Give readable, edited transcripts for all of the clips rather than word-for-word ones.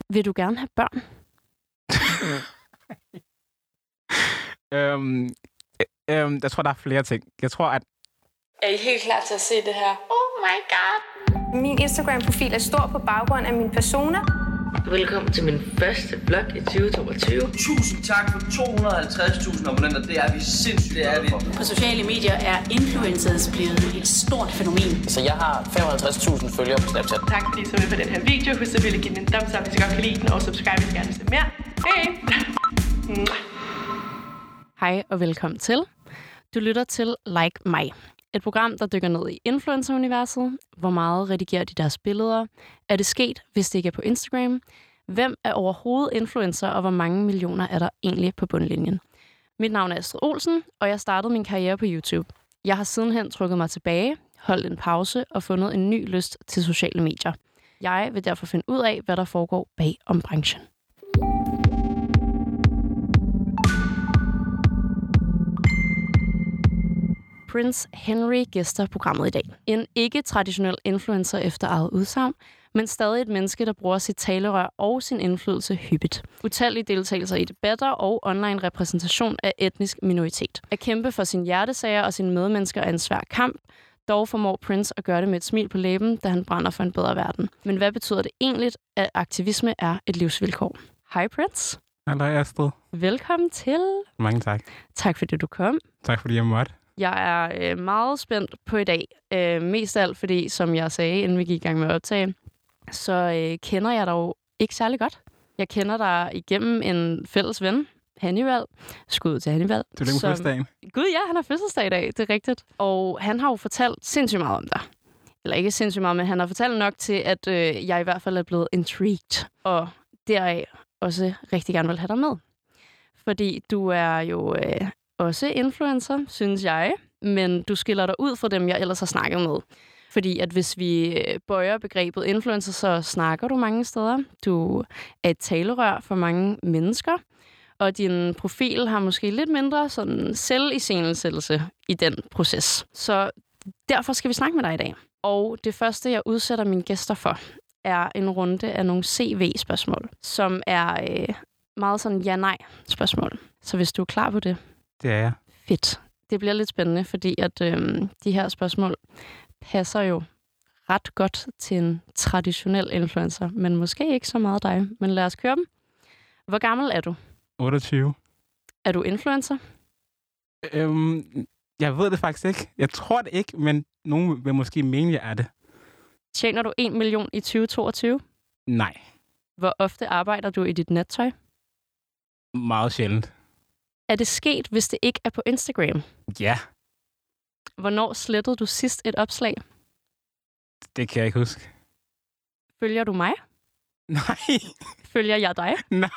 Vil du gerne have børn? Jeg tror, der er flere ting. Jeg tror, at... Er I helt klar til at se det her? Oh my god! Min Instagram-profil er stor på baggrund af min persona. Velkommen til min første vlog i 2022. Tusind tak for 250.000 abonnenter. Det er vi sindssygt, det er vi. På sociale medier er influencers blevet et stort fænomen. Så jeg har 55.000 følgere på Snapchat. Tak fordi I så med på den her video. Husk selvfølgelig at give den en thumbs up, hvis I godt kan lide den, og subscribe, hvis I gerne vil se mere. Hej! Hej og velkommen til. Du lytter til Like Mig. Et program, der dykker ned i influencer-universet. Hvor meget redigerer de deres billeder? Er det sket, hvis det ikke er på Instagram? Hvem er overhovedet influencer, og hvor mange millioner er der egentlig på bundlinjen? Mit navn er Astrid Olsen, og jeg startede min karriere på YouTube. Jeg har sidenhen trukket mig tilbage, holdt en pause og fundet en ny lyst til sociale medier. Jeg vil derfor finde ud af, hvad der foregår bag om branchen. Prince Henry gæster programmet i dag. En ikke-traditionel influencer efter eget udsagn, men stadig et menneske, der bruger sit talerør og sin indflydelse hyppigt. Utallige deltagelser i debatter og online repræsentation af etnisk minoritet. At kæmpe for sin hjertesager og sine medmennesker er en svær kamp. Dog formår Prince at gøre det med et smil på læben, da han brænder for en bedre verden. Men hvad betyder det egentlig, at aktivisme er et livsvilkår? Hej Prince. Hej Astrid. Velkommen til. Mange tak. Tak fordi du kom. Tak fordi jeg måtte. Jeg er meget spændt på i dag. Mest af alt fordi, som jeg sagde, inden vi gik i gang med at optage, så kender jeg dig jo ikke særlig godt. Jeg kender dig igennem en fælles ven, Hannibal. Skud til Hannibal. Du er på fødselsdagen. Gud ja, han har fødselsdag i dag, det er rigtigt. Og han har jo fortalt sindssygt meget om dig. Eller ikke sindssygt meget, men han har fortalt nok til, at jeg i hvert fald er blevet intrigued. Og deraf også rigtig gerne vil have dig med. Fordi du er jo også influencer, synes jeg. Men du skiller dig ud fra dem, jeg ellers har snakket med. Fordi at hvis vi bøjer begrebet influencer, så snakker du mange steder. Du er et talerør for mange mennesker. Og din profil har måske lidt mindre sådan selviscenesættelse i den proces. Så derfor skal vi snakke med dig i dag. Og det første, jeg udsætter mine gæster for, er en runde af nogle CV-spørgsmål, som er meget sådan ja-nej-spørgsmål. Så hvis du er klar på det. Det er jeg. Fedt. Det bliver lidt spændende, fordi at de her spørgsmål passer jo ret godt til en traditionel influencer, men måske ikke så meget dig. Men lad os køre dem. Hvor gammel er du? 28. Er du influencer? Jeg ved det faktisk ikke. Jeg tror det ikke, men nogen vil måske mene, jeg er det. Tjener du 1 million i 2022? Nej. Hvor ofte arbejder du i dit nattøj? Meget sjældent. Er det sket, hvis det ikke er på Instagram? Ja. Hvornår slettede du sidst et opslag? Det kan jeg ikke huske. Følger du mig? Nej. Følger jeg dig? Nej.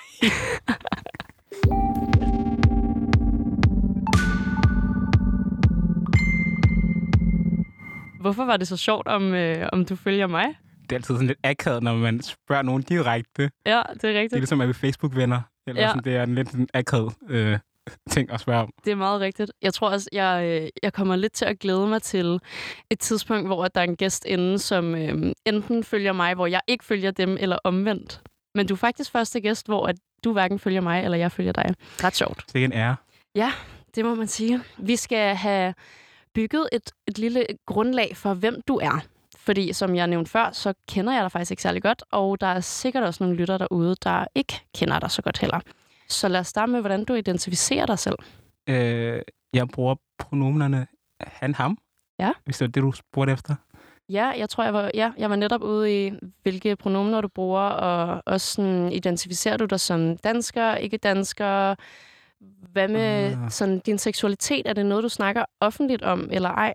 Hvorfor var det så sjovt, om du følger mig? Det er altid sådan lidt akavet, når man spørger nogen direkte. Ja, det er rigtigt. Det er ligesom, at vi Facebook-venner. Eller sådan, det er en lidt sådan akavet ting at spørge om. Det er meget rigtigt. Jeg tror også, jeg kommer lidt til at glæde mig til et tidspunkt, hvor der er en gæst inde, som enten følger mig, hvor jeg ikke følger dem, eller omvendt. Men du er faktisk første gæst, hvor at du hverken følger mig, eller jeg følger dig. Ret sjovt. Det er en ære. Ja, det må man sige. Vi skal have bygget et lille grundlag for, hvem du er. Fordi, som jeg nævnte før, så kender jeg dig faktisk ikke særlig godt, og der er sikkert også nogle lyttere derude, der ikke kender dig så godt heller. Så lad os starte med, hvordan du identificerer dig selv. Jeg bruger pronomenerne han, ham. Ja. Hvis det var det, du spurgte efter. Ja, jeg tror, jeg var netop ude i, hvilke pronomener du bruger, og også sådan, identificerer du dig som dansker, ikke dansker? Hvad med sådan, din seksualitet? Er det noget, du snakker offentligt om, eller ej?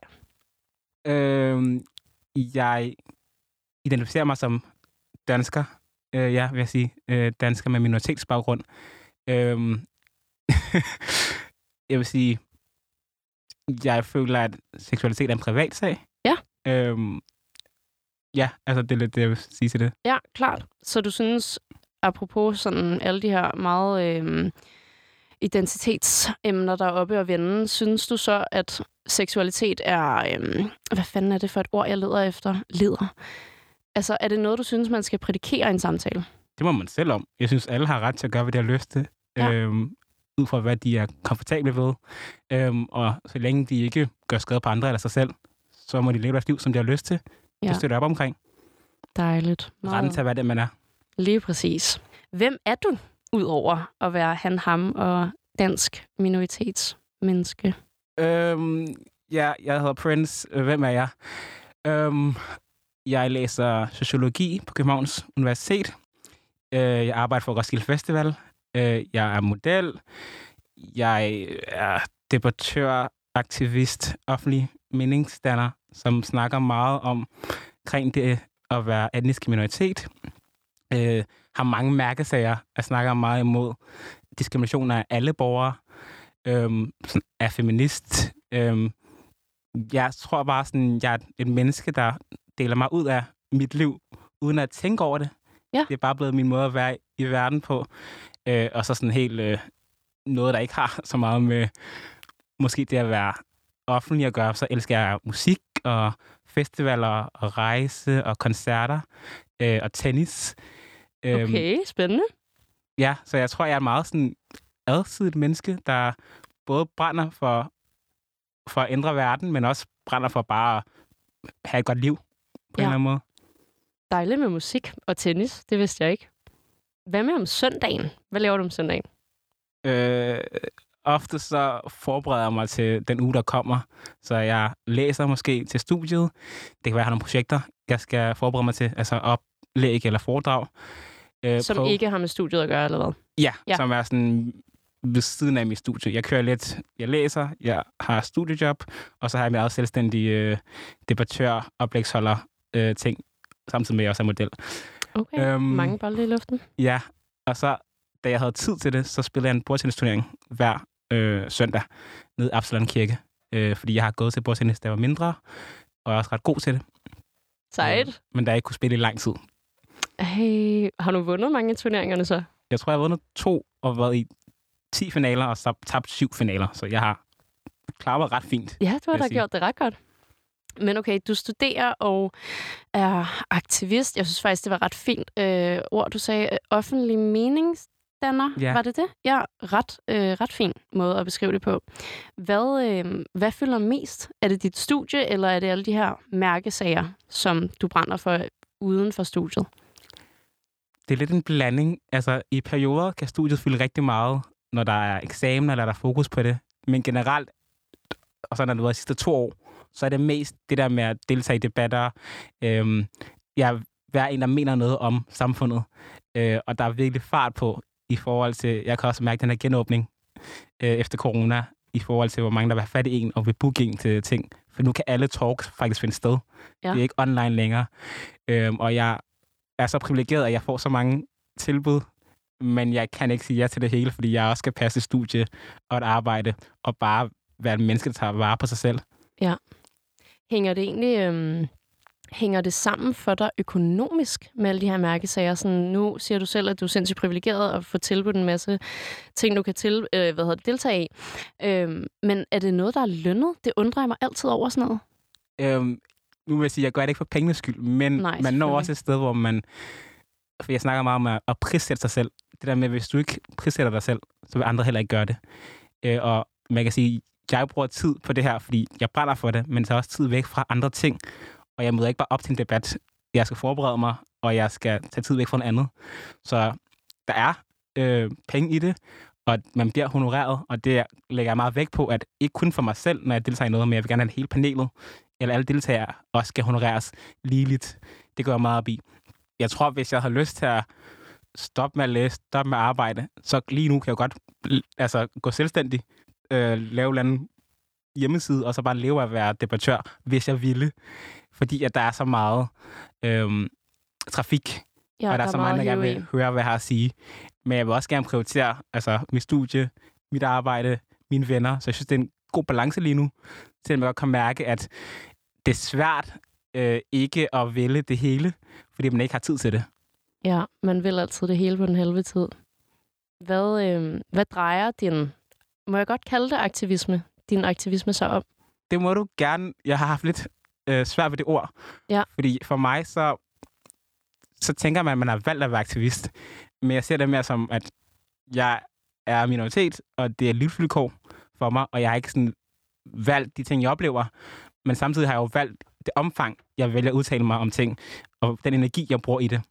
Jeg identificerer mig som dansker. Ja, vil jeg sige. Dansker med minoritetsbaggrund. Jeg vil sige, jeg føler, at seksualitet er en privat sag. Ja. Ja, altså det er lidt det, jeg vil sige til det. Ja, klart. Så du synes, apropos sådan alle de her meget identitetsemner, der er oppe og vende, synes du så, at seksualitet er... hvad fanden er det for et ord, jeg leder efter? Leder. Altså, er det noget, du synes, man skal prædikere i en samtale? Det må man selv om. Jeg synes, alle har ret til at gøre, hvad de har lyst til. Ja. Ud fra, hvad de er komfortable ved. Og så længe de ikke gør skade på andre eller sig selv, så må de leve deres liv, som de har lyst til. Ja. Det støtter op omkring. Dejligt. Retten til at være den, man er. Lige præcis. Hvem er du, udover at være han, ham og dansk minoritetsmenneske? Ja, jeg hedder Prince. Hvem er jeg? Jeg læser sociologi på Københavns Universitet. Jeg arbejder for Roskilde Festival. Jeg er model. Jeg er debattør, aktivist, offentlig meningsdanner, som snakker meget omkring det at være etnisk minoritet. Har mange mærkesager. Jeg snakker meget imod diskrimination af alle borgere. Er feminist. Jeg tror bare, sådan, jeg er et menneske, der deler mig ud af mit liv, uden at tænke over det. Ja. Det er bare blevet min måde at være i verden på. Og så sådan helt noget, der ikke har så meget med måske det at være offentlig at gøre. Så elsker jeg musik og festivaler og rejse og koncerter og tennis. Okay, spændende. Ja, så jeg tror, jeg er meget sådan adsidigt menneske, der både brænder for at ændre verden, men også brænder for bare at have et godt liv på en eller anden måde. Dejligt med musik og tennis, det vidste jeg ikke. Hvad med om søndagen? Hvad laver du om søndagen? Ofte så forbereder jeg mig til den uge, der kommer. Så jeg læser måske til studiet. Det kan være, at jeg har nogle projekter, jeg skal forberede mig til. Altså oplæg eller foredrag. Som ikke har med studiet at gøre, eller hvad? Ja, som er sådan ved siden af mit studie. Jeg kører lidt, jeg læser, jeg har studiejob, og så har jeg mit eget selvstændige debattør, oplægsholder ting, samtidig med, at jeg også er model. Okay, mange bolde i luften. Ja, og så, da jeg havde tid til det, så spillede jeg en bordtennisturnering hver søndag nede i Absalon Kirke. Fordi jeg har gået til bordtennis, da jeg var mindre, og jeg er også ret god til det. Sejt. Men da jeg ikke kunne spille i lang tid. Hey, har du vundet mange af turneringerne så? Jeg tror, jeg har vundet 2 og været i 10 finaler, og så tabt 7 finaler. Så jeg har klaret mig ret fint. Ja, du har da gjort det ret godt. Men okay, du studerer og er aktivist. Jeg synes faktisk, det var ret fint ord, du sagde. Offentlig meningsdanner, Ja. Var det det? Ja, ret fin måde at beskrive det på. Hvad fylder mest? Er det dit studie, eller er det alle de her mærkesager, som du brænder for uden for studiet? Det er lidt en blanding. Altså, i perioder kan studiet fylde rigtig meget, når der er eksamener, eller der er fokus på det. Men generelt, og så når det har været de sidste 2 år, så er det mest det der med at deltage i debatter. Være en, der mener noget om samfundet. Og der er virkelig fart på i forhold til, jeg kan også mærke den her genåbning efter corona, i forhold til, hvor mange der vil have fat i en og vil booke en til ting. For nu kan alle talks faktisk finde sted. Ja. Det er ikke online længere. Og jeg er så privilegeret, at jeg får så mange tilbud, men jeg kan ikke sige ja til det hele, fordi jeg også skal passe et studie og et arbejde, og bare være et menneske, der tager vare på sig selv. Ja. Hænger det sammen for dig økonomisk med alle de her mærkesager? Sådan, nu siger du selv, at du er sindssygt privilegeret og får tilbudt en masse ting, du kan deltage i. Men er det noget, der er lønnet? Det undrer jeg mig altid over sådan noget. Nu vil jeg sige, at jeg gør det ikke for pengenes skyld, men man når også et sted, hvor man... For jeg snakker meget om at prissætte sig selv. Det der med, hvis du ikke prissætter dig selv, så vil andre heller ikke gøre det. Og man kan sige, jeg bruger tid på det her, fordi jeg brænder for det, men tager også tid væk fra andre ting. Og jeg møder ikke bare op til en debat. Jeg skal forberede mig, og jeg skal tage tid væk fra noget andet. Så der er penge i det, og man bliver honoreret, og det lægger jeg meget vægt på, at ikke kun for mig selv, når jeg deltager i noget, men jeg vil gerne have hele panelet, eller alle deltagere også skal honoreres ligeligt. Det går jeg meget op i. Jeg tror, hvis jeg har lyst til at stoppe med at læse, stoppe med at arbejde, så lige nu kan jeg godt gå selvstændig, lave en anden hjemmeside, og så bare leve af at være debattør, hvis jeg ville. Fordi at der er så meget trafik, og der er så meget, der gerne vil høre, hvad jeg har at sige. Men jeg vil også gerne prioritere mit studie, mit arbejde, mine venner. Så jeg synes, det er en god balance lige nu, til at man godt kan mærke, at det er svært ikke at vælge det hele, fordi man ikke har tid til det. Ja, man vil altid det hele på den halve tid. Hvad drejer må jeg godt kalde det aktivisme, din aktivisme så om? Det må du gerne. Jeg har haft lidt svært ved det ord. Ja. Fordi for mig, så så tænker man, at man har valgt at være aktivist. Men jeg ser det mere som, at jeg er minoritet, og det er livsvilkår for mig, og jeg har ikke sådan valgt de ting, jeg oplever. Men samtidig har jeg jo valgt det omfang, jeg vælger at udtale mig om ting, og den energi, jeg bruger i det.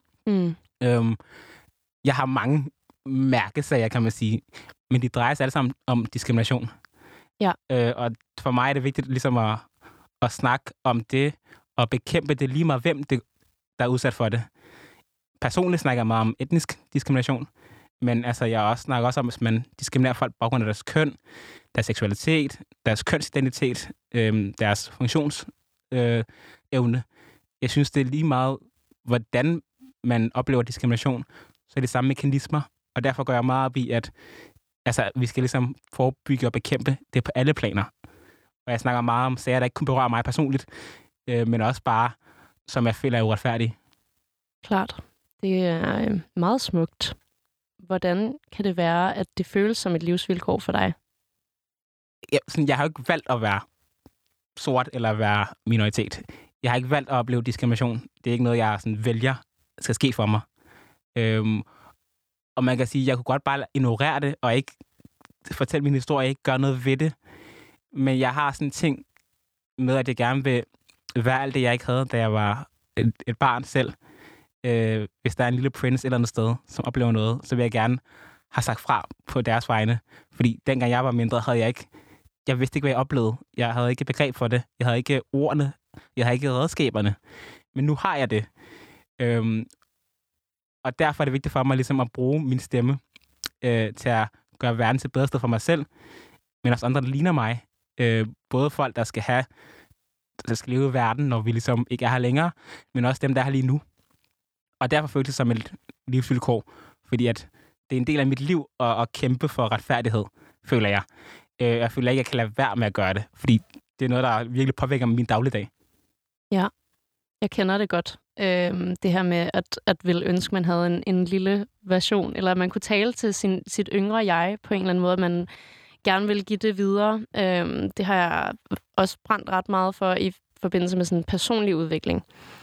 Jeg har mange mærkesager, kan man sige, men de drejer sig alle sammen om diskrimination. Ja. Og for mig er det vigtigt ligesom at snakke om det, og bekæmpe det lige meget, hvem der er udsat for det. Personligt snakker jeg meget om etnisk diskrimination, men altså, jeg snakker også om, hvis man diskriminerer folk på baggrund af deres køn, deres seksualitet, deres kønsidentitet, deres funktionsevne. Jeg synes, det er lige meget, hvordan man oplever diskrimination, så er det samme mekanismer, og derfor går jeg meget op i, at vi skal ligesom forebygge og bekæmpe det på alle planer. Og jeg snakker meget om sager, der ikke kun berører mig personligt, men også bare, som jeg føler er uretfærdige. Klart. Det er meget smukt. Hvordan kan det være, at det føles som et livsvilkår for dig? Jeg har jo ikke valgt at være sort eller at være minoritet. Jeg har ikke valgt at opleve diskrimination. Det er ikke noget, jeg sådan vælger skal ske for mig. Og man kan sige, at jeg kunne godt bare ignorere det, og ikke fortælle min historie, ikke gøre noget ved det. Men jeg har sådan en ting med, at jeg gerne vil være alt det, jeg ikke havde, da jeg var et barn selv. Hvis der er en lille prince et eller andet sted, som oplever noget, så vil jeg gerne have sagt fra på deres vegne. Fordi dengang jeg var mindre, jeg vidste ikke, hvad jeg oplevede. Jeg havde ikke begreb for det. Jeg havde ikke ordene. Jeg havde ikke redskaberne. Men nu har jeg det. Og derfor er det vigtigt for mig ligesom at bruge min stemme til at gøre verden til et bedre sted for mig selv, men også andre, der ligner mig. Både folk, der skal leve i verden, når vi ligesom ikke er her længere, men også dem, der er her lige nu. Og derfor føles det som et livsvilkår, fordi at det er en del af mit liv at kæmpe for retfærdighed, føler jeg. Jeg føler ikke, at jeg kan lade være med at gøre det, fordi det er noget, der virkelig påvirker min dagligdag. Ja, jeg kender det godt. Det her med at ville ønske, man havde en lille version, eller at man kunne tale til sit yngre jeg på en eller anden måde, at man gerne vil give det videre. Det har jeg også brændt ret meget for i forbindelse med sådan en personlig udvikling.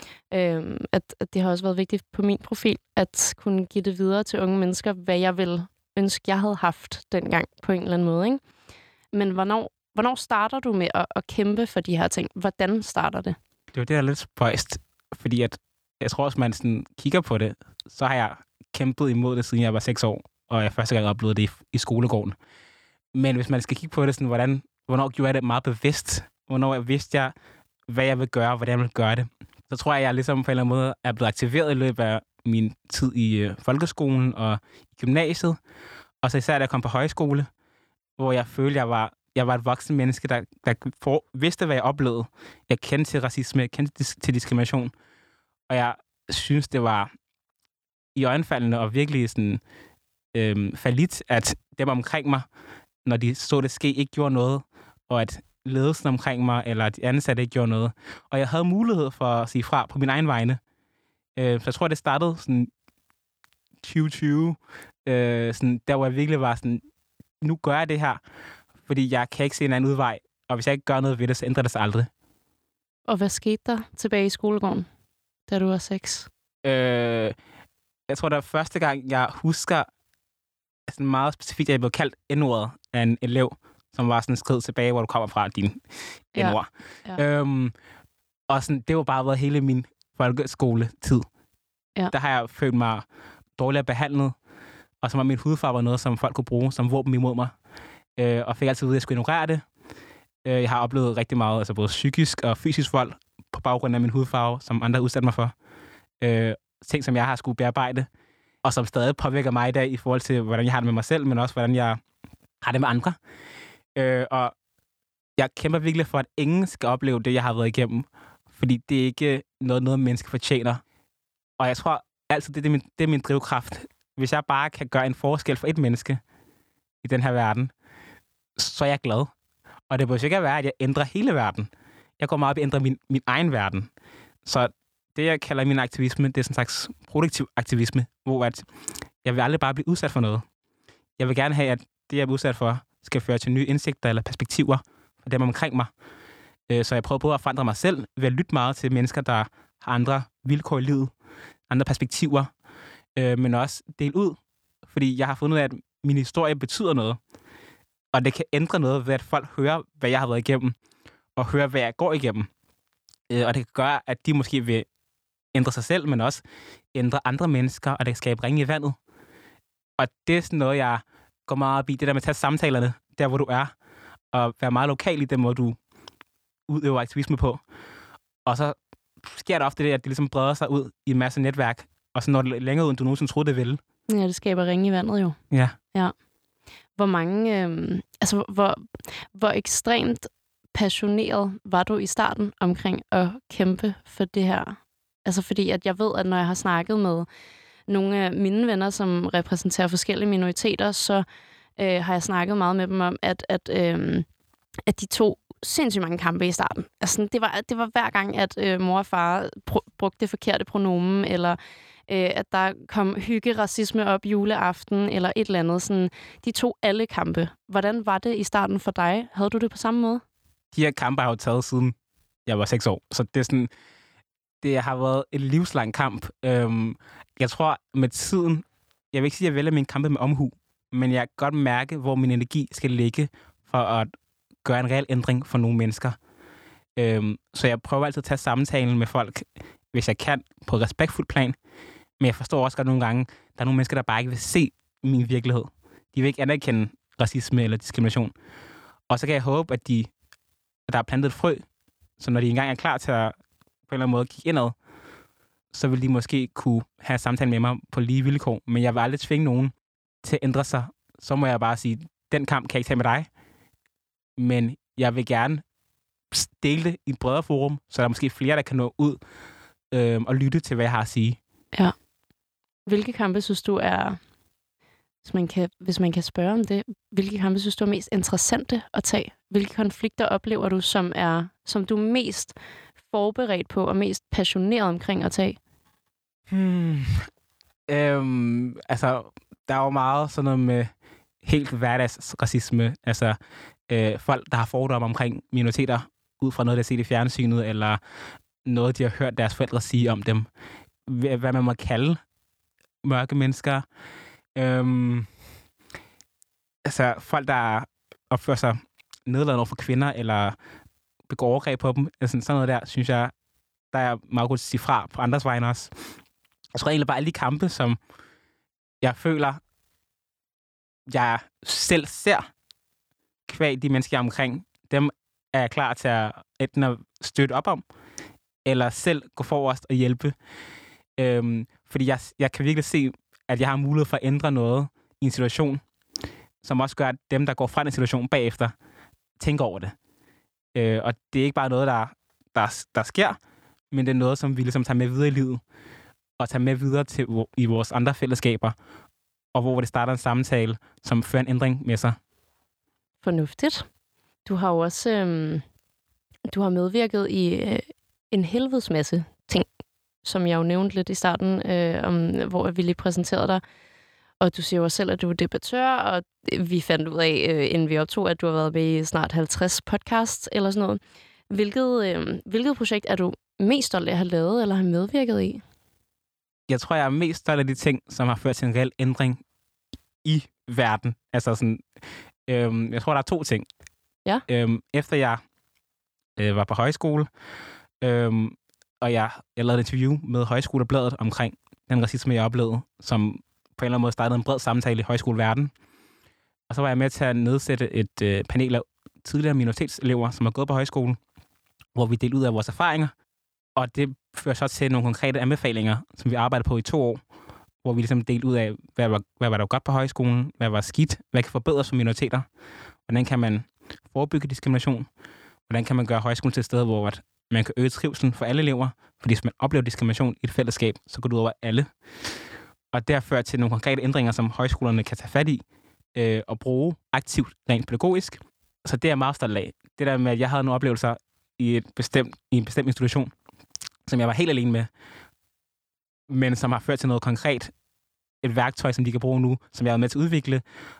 At det har også været vigtigt på min profil, at kunne give det videre til unge mennesker, hvad jeg ville ønske, jeg havde haft dengang på en eller anden måde. Ikke? Men hvornår starter du med at kæmpe for de her ting? Hvordan starter det? Det er jo det, der er lidt spøjst, fordi at jeg tror, hvis man sådan kigger på det, så har jeg kæmpet imod det, siden jeg var 6 år, og jeg første gang oplevede det i skolegården. Men hvis man skal kigge på det, sådan, hvornår gjorde jeg det meget bevidst? Hvornår vidste jeg, hvad jeg vil gøre, og hvordan jeg vil gøre det? Så tror jeg ligesom på en eller anden måde er blevet aktiveret i løbet af min tid i folkeskolen og i gymnasiet. Og så især da jeg kom på højskole, hvor jeg følte, jeg var et voksen menneske, der vidste, hvad jeg oplevede. Jeg kendte til racisme, jeg kendte til diskrimination. Og jeg synes, det var iøjnefaldende og virkelig sådan fallit, at dem omkring mig, når de så det ske, ikke gjorde noget, og at ledelsen omkring mig, eller de ansatte ikke gjorde noget. Og jeg havde mulighed for at sige fra på min egen vegne. Så jeg tror, det startede sådan 2020, sådan, der hvor jeg virkelig var sådan, nu gør jeg det her, fordi jeg kan ikke se en anden udvej, og hvis jeg ikke gør noget ved det, så ændrer det sig aldrig. Og hvad skete der tilbage i skolegården, da du var 6? Jeg tror, det var første gang, jeg husker sådan meget specifikt, at jeg blev kaldt N-ordet af en elev, som var sådan skrevet tilbage, hvor du kommer fra, din N-ord. Ja. Og sådan, det var bare været hele min folkeskoletid. Ja. Der har jeg følt mig dårligt behandlet, og som om min hudfarve var noget, som folk kunne bruge som våben imod mig. Og fik altid at vide, at jeg skulle ignorere det. Jeg har oplevet rigtig meget, altså både psykisk og fysisk vold, på baggrund af min hudfarve, som andre har udsat mig for. Ting, som jeg har skulle bearbejde, og som stadig påvirker mig i dag i forhold til, hvordan jeg har det med mig selv, men også, hvordan jeg har det med andre. Og jeg kæmper virkelig for, at ingen skal opleve det, jeg har været igennem. Fordi det er ikke noget menneske fortjener. Og jeg tror altid, det er min drivkraft. Hvis jeg bare kan gøre en forskel for et menneske i den her verden, så er jeg glad. Og det bør ikke være, at jeg ændrer hele verden. Jeg går meget op i at ændre min egen verden. Så det, jeg kalder min aktivisme, det er sådan en slags produktiv aktivisme, hvor at jeg vil aldrig bare blive udsat for noget. Jeg vil gerne have, at det, jeg er udsat for, skal føre til nye indsigter eller perspektiver for dem omkring mig. Så jeg prøver både at forandre mig selv ved at lytte meget til mennesker, der har andre vilkår i livet, andre perspektiver, men også dele ud. Fordi jeg har fundet ud af, at min historie betyder noget. Og det kan ændre noget ved, at folk hører, hvad jeg har været igennem, og hører, hvad jeg går igennem. Og det kan gøre, at de måske vil ændre sig selv, men også ændre andre mennesker, og det kan skabe ringe i vandet. Og det er sådan noget, jeg går meget op i. Det der med at tage samtalerne, der hvor du er, og være meget lokal i den måde, du udøver aktivisme på. Og så sker der ofte det, at det ligesom breder sig ud i en masse netværk, og så når det længere ud, end du nogensinde troede, det ville. Ja, det skaber ringe i vandet jo. Ja. Hvor mange, hvor ekstremt passioneret var du i starten omkring at kæmpe for det her? Altså fordi, at jeg ved, at når jeg har snakket med nogle af mine venner, som repræsenterer forskellige minoriteter, så har jeg snakket meget med dem om, at de tog sindssygt mange kampe i starten. Altså, det var hver gang, at mor og far brugte det forkerte pronomen, eller at der kom hyggeracisme op juleaften, eller et eller andet. Sådan, de tog alle kampe. Hvordan var det i starten for dig? Havde du det på samme måde? De her kampe har jeg jo taget siden jeg var 6 år. Så det er sådan, det har været en livslang kamp. Jeg tror med tiden, jeg vil ikke sige, at jeg vælger min kampe med omhu, men jeg kan godt mærke, hvor min energi skal ligge for at gøre en reel ændring for nogle mennesker. Så jeg prøver altid at tage samtalen med folk, hvis jeg kan, på et respektfuldt plan. Men jeg forstår også godt nogle gange, der er nogle mennesker, der bare ikke vil se min virkelighed. De vil ikke anerkende racisme eller diskrimination. Og så kan jeg håbe, at der er plantet et frø, så når de engang er klar til at på en eller anden måde kigge indad, så vil de måske kunne have samtale med mig på lige vilkår. Men jeg vil aldrig tvinge nogen til at ændre sig. Så må jeg bare sige, den kamp kan jeg ikke tage med dig. Men jeg vil gerne dele det i et bredere forum, så der er måske flere, der kan nå ud og lytte til, hvad jeg har at sige. Ja. Hvilke kampe synes du er, hvis man kan spørge om det, hvilke kampe synes du er mest interessante at tage? Hvilke konflikter oplever du, som du er mest forberedt på og mest passioneret omkring at tage? Altså, der er jo meget sådan noget med helt hverdagsracisme. Altså, folk, der har fordomme omkring minoriteter, ud fra noget, der er set i fjernsynet, eller noget, de har hørt deres forældre sige om dem. Hvad man må kalde mørke mennesker. Altså, folk, der opfører sig nedladende over for kvinder, eller begår overgreb på dem. Altså, sådan noget der, synes jeg, der er meget godt at sige fra på andres vegne også. Jeg tror egentlig bare alle de kampe, som jeg føler, jeg selv ser kvæg de mennesker omkring, dem er jeg klar til at enten at støtte op om, eller selv gå forrest og hjælpe. Fordi jeg kan virkelig se, at jeg har mulighed for at ændre noget i en situation, som også gør, at dem, der går fra en situation bagefter, tænker over det. Og det er ikke bare noget, der sker, men det er noget, som vi ligesom tager med videre i livet, og tager med videre til i vores andre fællesskaber, og hvor det starter en samtale, som fører en ændring med sig. Fornuftigt. Du har jo også du har medvirket i en helvedes masse ting, som jeg jo nævnte lidt i starten, hvor vi lige præsenterede dig. Og du siger jo også selv, at du er debattør, og vi fandt ud af, inden vi optog, at du har været med i snart 50 podcasts eller sådan noget. Hvilket projekt er du mest stolt af at have lavet eller have medvirket i? Jeg tror, jeg er mest stolt af de ting, som har ført til en reel ændring i verden. Altså sådan, jeg tror, der er 2 ting. Ja. Efter jeg var på højskole, og jeg lavede et interview med Højskolebladet omkring den racisme, jeg oplevede, som på en eller anden måde startede en bred samtale i højskoleverdenen. Og så var jeg med til at nedsætte et panel af tidligere minoritetselever, som har gået på højskolen, hvor vi delte ud af vores erfaringer. Og det fører så til nogle konkrete anbefalinger, som vi arbejdede på i 2 år, hvor vi ligesom delte ud af, hvad var der godt på højskolen, hvad var skidt, hvad kan forbedres for minoriteter, hvordan kan man forebygge diskrimination, hvordan kan man gøre højskolen til et sted, hvor man kan øge trivselen for alle elever, fordi hvis man oplever diskrimination i et fællesskab, så går det ud over alle. Og det har ført til nogle konkrete ændringer, som højskolerne kan tage fat i og bruge aktivt rent pædagogisk. Så det er jeg meget stolt af. Det der med, at jeg havde nogle oplevelser i en bestemt institution, som jeg var helt alene med, men som har ført til noget konkret. Et værktøj, som de kan bruge nu, som jeg er med til at udvikle.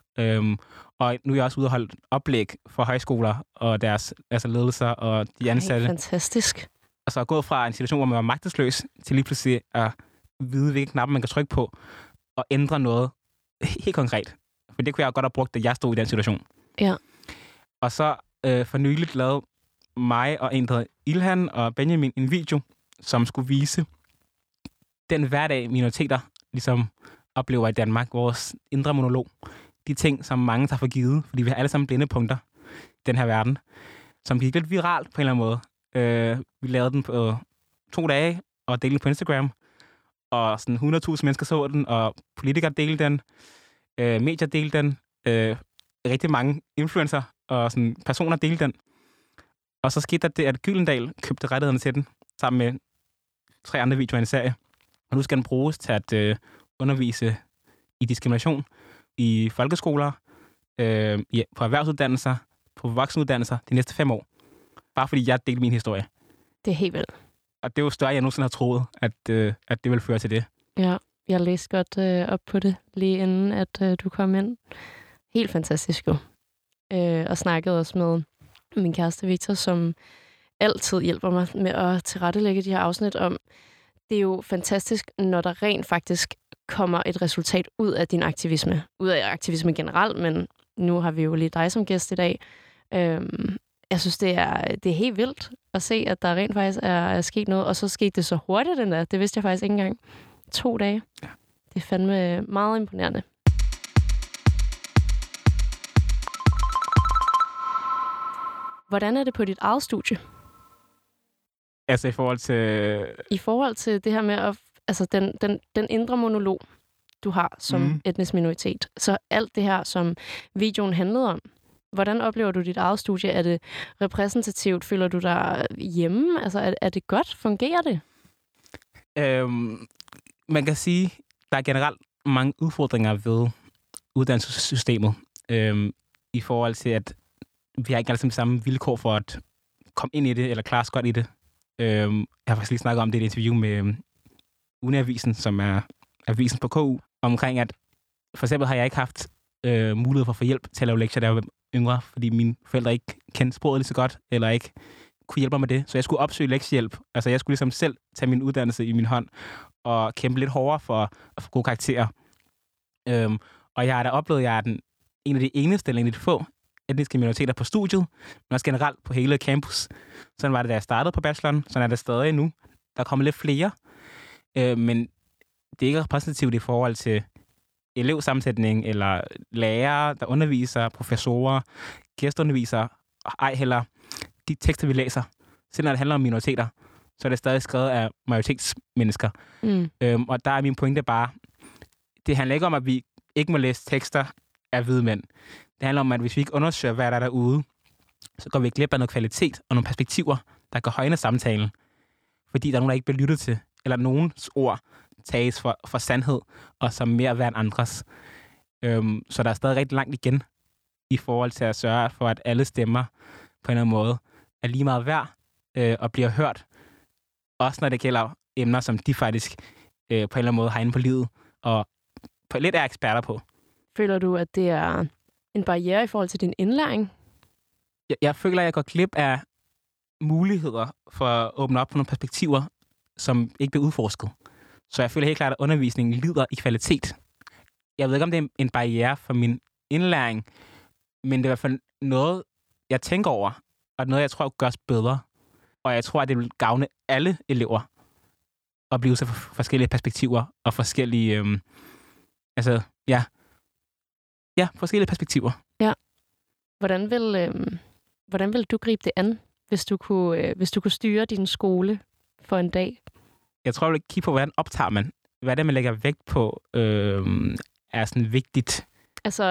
Og nu er jeg også ude og holde oplæg for højskoler og deres ledelser og de ansatte. Fantastisk. Og så at gå fra en situation, hvor man var magtesløs, til lige pludselig at vide, hvilke knapper man kan trykke på, og ændre noget helt konkret. For det kunne jeg godt have brugt, da jeg stod i den situation. Ja. Og så for nyligt lavede mig og en, der hedder Ilhan og Benjamin, en video, som skulle vise den hverdag, minoriteter ligesom oplever i Danmark, vores indre monolog. De ting, som mange tager for givet, fordi vi har alle sammen blindepunkter i den her verden, som gik lidt viralt på en eller anden måde. Vi lavede den på 2 dage og delte den på Instagram, og sådan 100.000 mennesker så den, og politikere delte den, medier delte den, rigtig mange influencer og sådan personer delte den. Og så skete der det, at Gyldendal købte rettighederne til den, sammen med 3 andre videoer i en serie. Og nu skal den bruges til at undervise i diskrimination i folkeskoler, på erhvervsuddannelser, på voksenuddannelser de næste 5 år. Bare fordi jeg delte min historie. Det er helt vildt. Og det er jo større, jeg nogensinde har troet, at det vil føre til det. Ja, jeg læste godt op på det, lige inden at du kom ind. Helt fantastisk jo. Og snakkede også med min kæreste Victor, som altid hjælper mig med at tilrettelægge de her afsnit om. Det er jo fantastisk, når der rent faktisk kommer et resultat ud af din aktivisme. Ud af aktivisme generelt, men nu har vi jo lige dig som gæst i dag. Jeg synes, det er helt vildt at se, at der rent faktisk er sket noget, og så skete det så hurtigt endda. Det vidste jeg faktisk ikke engang. 2 dage. Ja. Det er fandme meget imponerende. Hvordan er det på dit eget studie? Altså i forhold til... I forhold til det her med at, altså den indre monolog, du har som etnisk minoritet. Så alt det her, som videoen handlede om. Hvordan oplever du dit eget studie? Er det repræsentativt? Føler du dig hjemme? Altså er det godt? Fungerer det? Man kan sige, der er generelt mange udfordringer ved uddannelsessystemet. I forhold til, at vi har ikke alle sammen samme vilkår for at komme ind i det, eller klare os godt i det. Jeg har faktisk lige snakket om det i et interview med Uniavisen, som er avisen på KU, omkring at for eksempel har jeg ikke haft mulighed for at få hjælp til at lave lektier, da jeg var yngre, fordi mine forældre ikke kendte sproget lige så godt, eller ikke kunne hjælpe mig med det. Så jeg skulle opsøge lektiehjælp. Altså jeg skulle ligesom selv tage min uddannelse i min hånd, og kæmpe lidt hårdere for at få gode karakterer. Og jeg har da oplevet, at jeg er en af de eneste, eller en af de få etniske minoriteter på studiet, men også generelt på hele campus. Sådan var det, da jeg startede på bacheloren. Sådan er det stadig nu. Der er kommet lidt flere, men det er ikke repræsentativt i forhold til elevsammensætning, eller lærere, der underviser, professorer, gæstundervisere, og ej heller de tekster, vi læser. Selv når det handler om minoriteter, så er det stadig skrevet af majoritetsmennesker. Og der er min pointe bare, det handler ikke om, at vi ikke må læse tekster af hvide mænd. Det handler om, at hvis vi ikke undersøger, hvad der er derude, så går vi glip af noget kvalitet og nogle perspektiver, der kan højne samtalen. Fordi der er nogen, der ikke bliver lyttet til, eller nogens ord tages for sandhed, og som mere værd end andres. Så der er stadig rigtig langt igen, i forhold til at sørge for, at alle stemmer på en eller anden måde er lige meget værd og bliver hørt. Også når det gælder emner, som de faktisk på en eller anden måde har inde på livet, og på lidt er eksperter på. Føler du, at det er en barriere i forhold til din indlæring? Jeg føler, at jeg går glip af muligheder for at åbne op på nogle perspektiver, som ikke bliver udforsket. Så jeg føler helt klart, at undervisningen lider i kvalitet. Jeg ved ikke, om det er en barriere for min indlæring, men det er i hvert fald noget, jeg tænker over, og noget, jeg tror gørs bedre. Og jeg tror, at det vil gavne alle elever at blive så forskellige perspektiver og forskellige... forskellige perspektiver. Ja. Hvordan vil du gribe det an, hvis du kunne styre din skole for en dag? Jeg tror, jeg vil kigge på, hvordan optager man. Hvad det, man lægger vægt på, er sådan vigtigt. Altså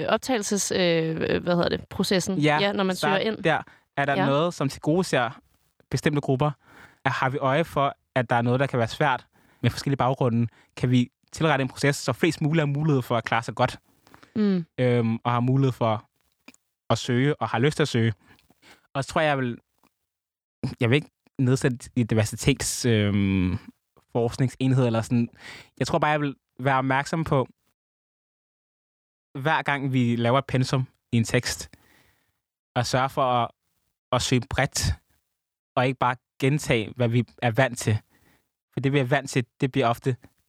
processen, når man søger ind. Der er der noget, som tilgodeser bestemte grupper. Har vi øje for, at der er noget, der kan være svært med forskellige baggrunde? Kan vi tilrette en proces, så flest muligt har mulighed for at klare sig godt? Og har mulighed for at søge, og har lyst til at søge. Og så tror jeg vil ikke nedsætte i diversitets forskningsenhed eller sådan. Jeg tror bare, jeg vil være opmærksom på, hver gang vi laver et pensum i en tekst, og sørge for at søge bredt, og ikke bare gentage, hvad vi er vant til. For det, vi er vant til, det bliver ofte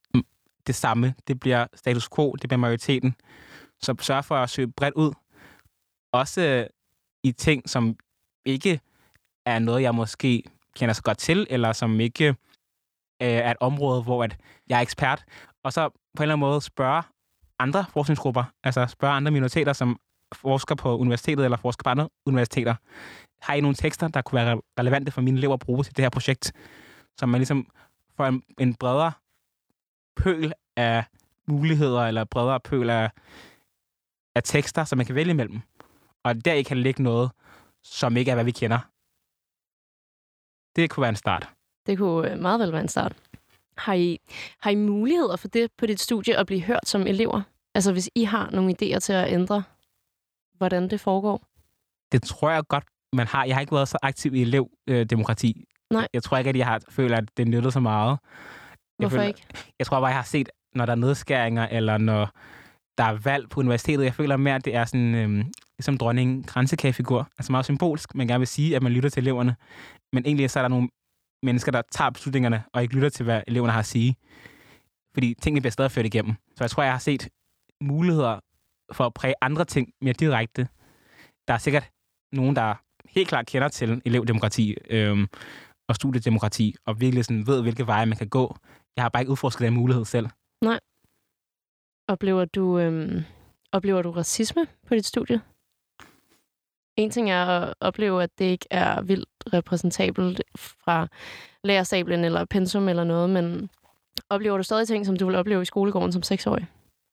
det samme. Det bliver status quo, det bliver majoriteten. Så sørg for at søge bredt ud. Også i ting, som ikke er noget, jeg måske kender så godt til, eller som ikke er et område, hvor at jeg er ekspert. Og så på en eller anden måde spørge andre forskningsgrupper, altså spørge andre minoriteter, som forsker på universitetet eller forsker på andre universiteter. Har I nogle tekster, der kunne være relevante for mine elever at bruge til det her projekt? Så man ligesom får en bredere pøl af muligheder, eller bredere pøl af tekster, som man kan vælge imellem. Og der kan ligge noget, som ikke er, hvad vi kender. Det kunne være en start. Det kunne meget vel være en start. Har I muligheder for det på dit studie at blive hørt som elever? Altså hvis I har nogle idéer til at ændre, hvordan det foregår? Det tror jeg godt, man har. Jeg har ikke været så aktiv i elevdemokrati. Nej. Jeg tror ikke, at jeg føler, at det nytter så meget. Hvorfor ikke? Jeg tror bare, jeg har set, når der er nedskæringer, eller når der er valg på universitetet. Jeg føler mere, at det er sådan, ligesom dronningen kransekagefigur. Altså meget symbolsk. Man gerne vil sige, at man lytter til eleverne. Men egentlig så er der nogle mennesker, der tager beslutningerne, og ikke lytter til, hvad eleverne har at sige. Fordi tingene bliver stadig ført igennem. Så jeg tror, jeg har set muligheder for at præge andre ting mere direkte. Der er sikkert nogen, der helt klart kender til elevdemokrati og studiedemokrati, og virkelig sådan ved, hvilke veje man kan gå. Jeg har bare ikke udforsket den mulighed selv. Nej. Oplever du racisme på dit studie? En ting er at opleve, at det ikke er vildt repræsentabelt fra lærerstablen eller pensum eller noget, men oplever du stadig ting, som du vil opleve i skolegården som 6-årig?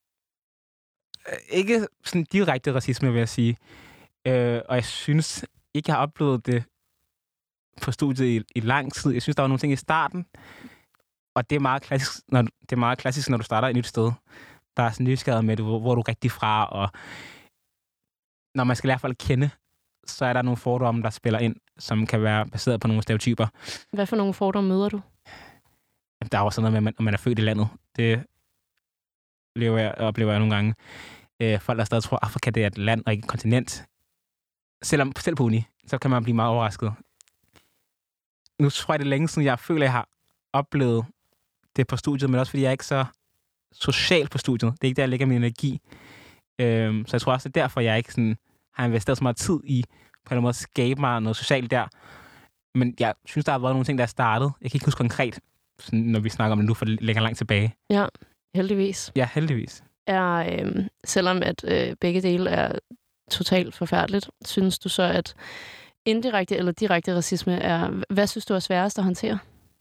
Ikke sådan direkte racisme, vil jeg sige. Og jeg synes ikke, jeg har oplevet det på studiet i lang tid. Jeg synes, der var nogle ting i starten, og det er meget klassisk, når du starter et nyt sted. Der er sådan nysgerrighed med det, hvor du er rigtig fra, og når man skal lære folk at kende, så er der nogle fordomme, der spiller ind, som kan være baseret på nogle stereotyper. Hvad for nogle fordomme møder du? Der er også noget med, at man er født i landet. Det oplever jeg nogle gange. Folk, der stadig tror, at Afrika det er et land og ikke et kontinent. Selv på uni, så kan man blive meget overrasket. Nu tror jeg, det er længe siden, jeg føler, jeg har oplevet det på studiet, men også fordi jeg er ikke så social på studiet. Det er ikke der, jeg lægger min energi. Så jeg tror også, det er derfor, jeg ikke sådan, har investeret så meget tid i på en eller anden måde at skabe mig noget socialt der. Men jeg synes, der har været nogle ting, der er startet. Jeg kan ikke huske konkret, sådan, når vi snakker om det nu, for det ligger langt tilbage. Ja, heldigvis. Ja, heldigvis. Selvom at begge dele er totalt forfærdeligt, synes du så, at indirekte eller direkte racisme er... Hvad synes du er sværest at håndtere?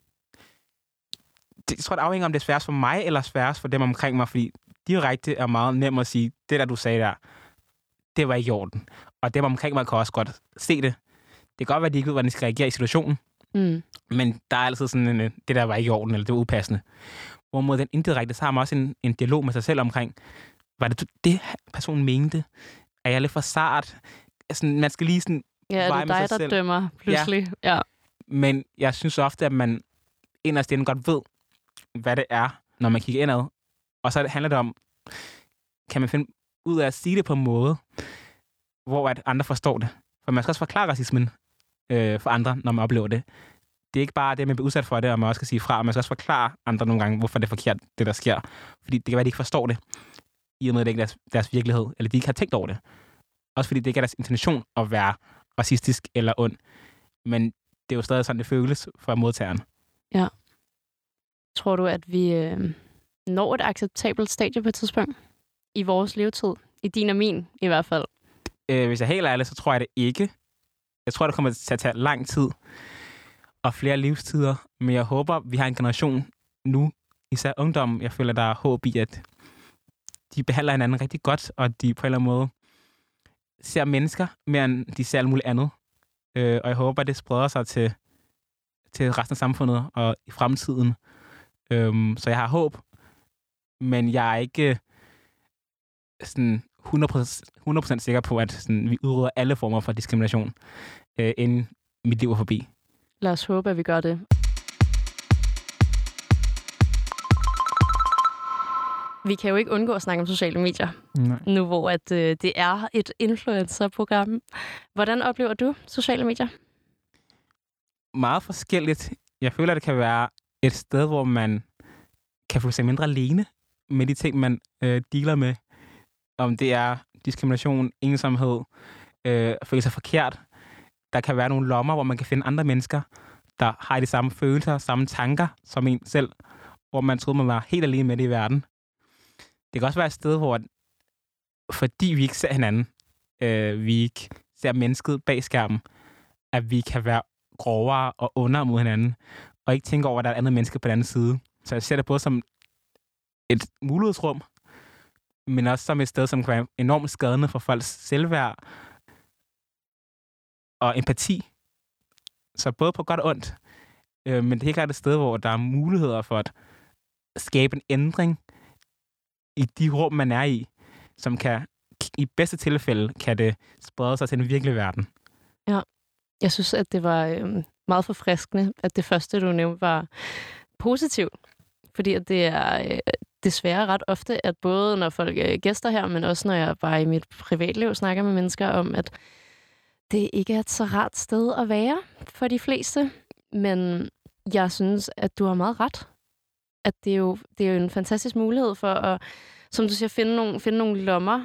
Jeg tror, det afhænger om det er sværest for mig, eller sværest for dem omkring mig, fordi direkte er meget nemt at sige, det der, du sagde der, det var ikke i orden. Og dem omkring mig kan også godt se det. Det kan godt være, at de ikke ved, hvordan de skal reagere i situationen, men der er altid sådan det der var ikke i orden, eller det var upassende. Hvorimod den indirekte, så har man også en dialog med sig selv omkring, var det personen mente? Er jeg lidt for sart? Altså, man skal lige sådan... Ja, er det dig, der dømmer pludselig? Ja. Men jeg synes ofte, at man inderst inde godt ved, hvad det er, når man kigger indad. Og så handler det om, kan man finde ud af at sige det på en måde, hvor at andre forstår det. For man skal også forklare racismen for andre, når man oplever det. Det er ikke bare det, man bliver udsat for det, og man også skal sige fra, og man skal også forklare andre nogle gange, hvorfor det er forkert, det der sker. Fordi det kan være, at de ikke forstår det, i og med, at det ikke er deres virkelighed, eller de ikke har tænkt over det. Også fordi det ikke er deres intention at være racistisk eller ond. Men det er jo stadig sådan, det føles for modtageren. Ja. Tror du, at vi når et acceptabelt stadie på et tidspunkt i vores levetid? I din og min i hvert fald. Hvis jeg er helt ærlig, så tror jeg det ikke. Jeg tror, det kommer til at tage lang tid og flere livstider. Men jeg håber, vi har en generation nu, især ungdom. Jeg føler, der er håb i, at de behandler hinanden rigtig godt, og de på en eller anden måde ser mennesker mere end de ser alt muligt andet. Og jeg håber, at det spreder sig til resten af samfundet og i fremtiden. Så jeg har håb, men jeg er ikke sådan 100% sikker på, at sådan, vi udrydder alle former for diskrimination, inden mit liv er forbi. Lad os håbe, at vi gør det. Vi kan jo ikke undgå at snakke om sociale medier, nu hvor at, det er et influencer-program. Hvordan oplever du sociale medier? Meget forskelligt. Jeg føler, at det kan være et sted, hvor man kan føle sig mindre alene med de ting, man dealer med. Om det er diskrimination, ensomhed, føle sig forkert. Der kan være nogle lommer, hvor man kan finde andre mennesker, der har de samme følelser, samme tanker som en selv, hvor man troede, man var helt alene med det i verden. Det kan også være et sted, hvor fordi vi ikke ser hinanden, vi ikke ser mennesket bag skærmen, at vi kan være grovere og under mod hinanden, og ikke tænke over, at der er et andet menneske på den anden side. Så jeg ser det både som et mulighedsrum, men også som et sted, som kan være enormt skadende for folks selvværd og empati. Så både på godt og ondt. Men det er helt klart et sted, hvor der er muligheder for at skabe en ændring i de rum, man er i, som kan, i bedste tilfælde, kan det sprede sig til den virkelige verden. Ja, jeg synes, at det var meget forfriskende, at det første, du nævnte, var positivt. Fordi at det er desværre ret ofte, at både når folk gæster her, men også når jeg bare i mit privatliv snakker med mennesker om, at det ikke er et så rart sted at være for de fleste. Men jeg synes, at du har meget ret. At det er jo en fantastisk mulighed for at, som du siger, finde nogle lommer,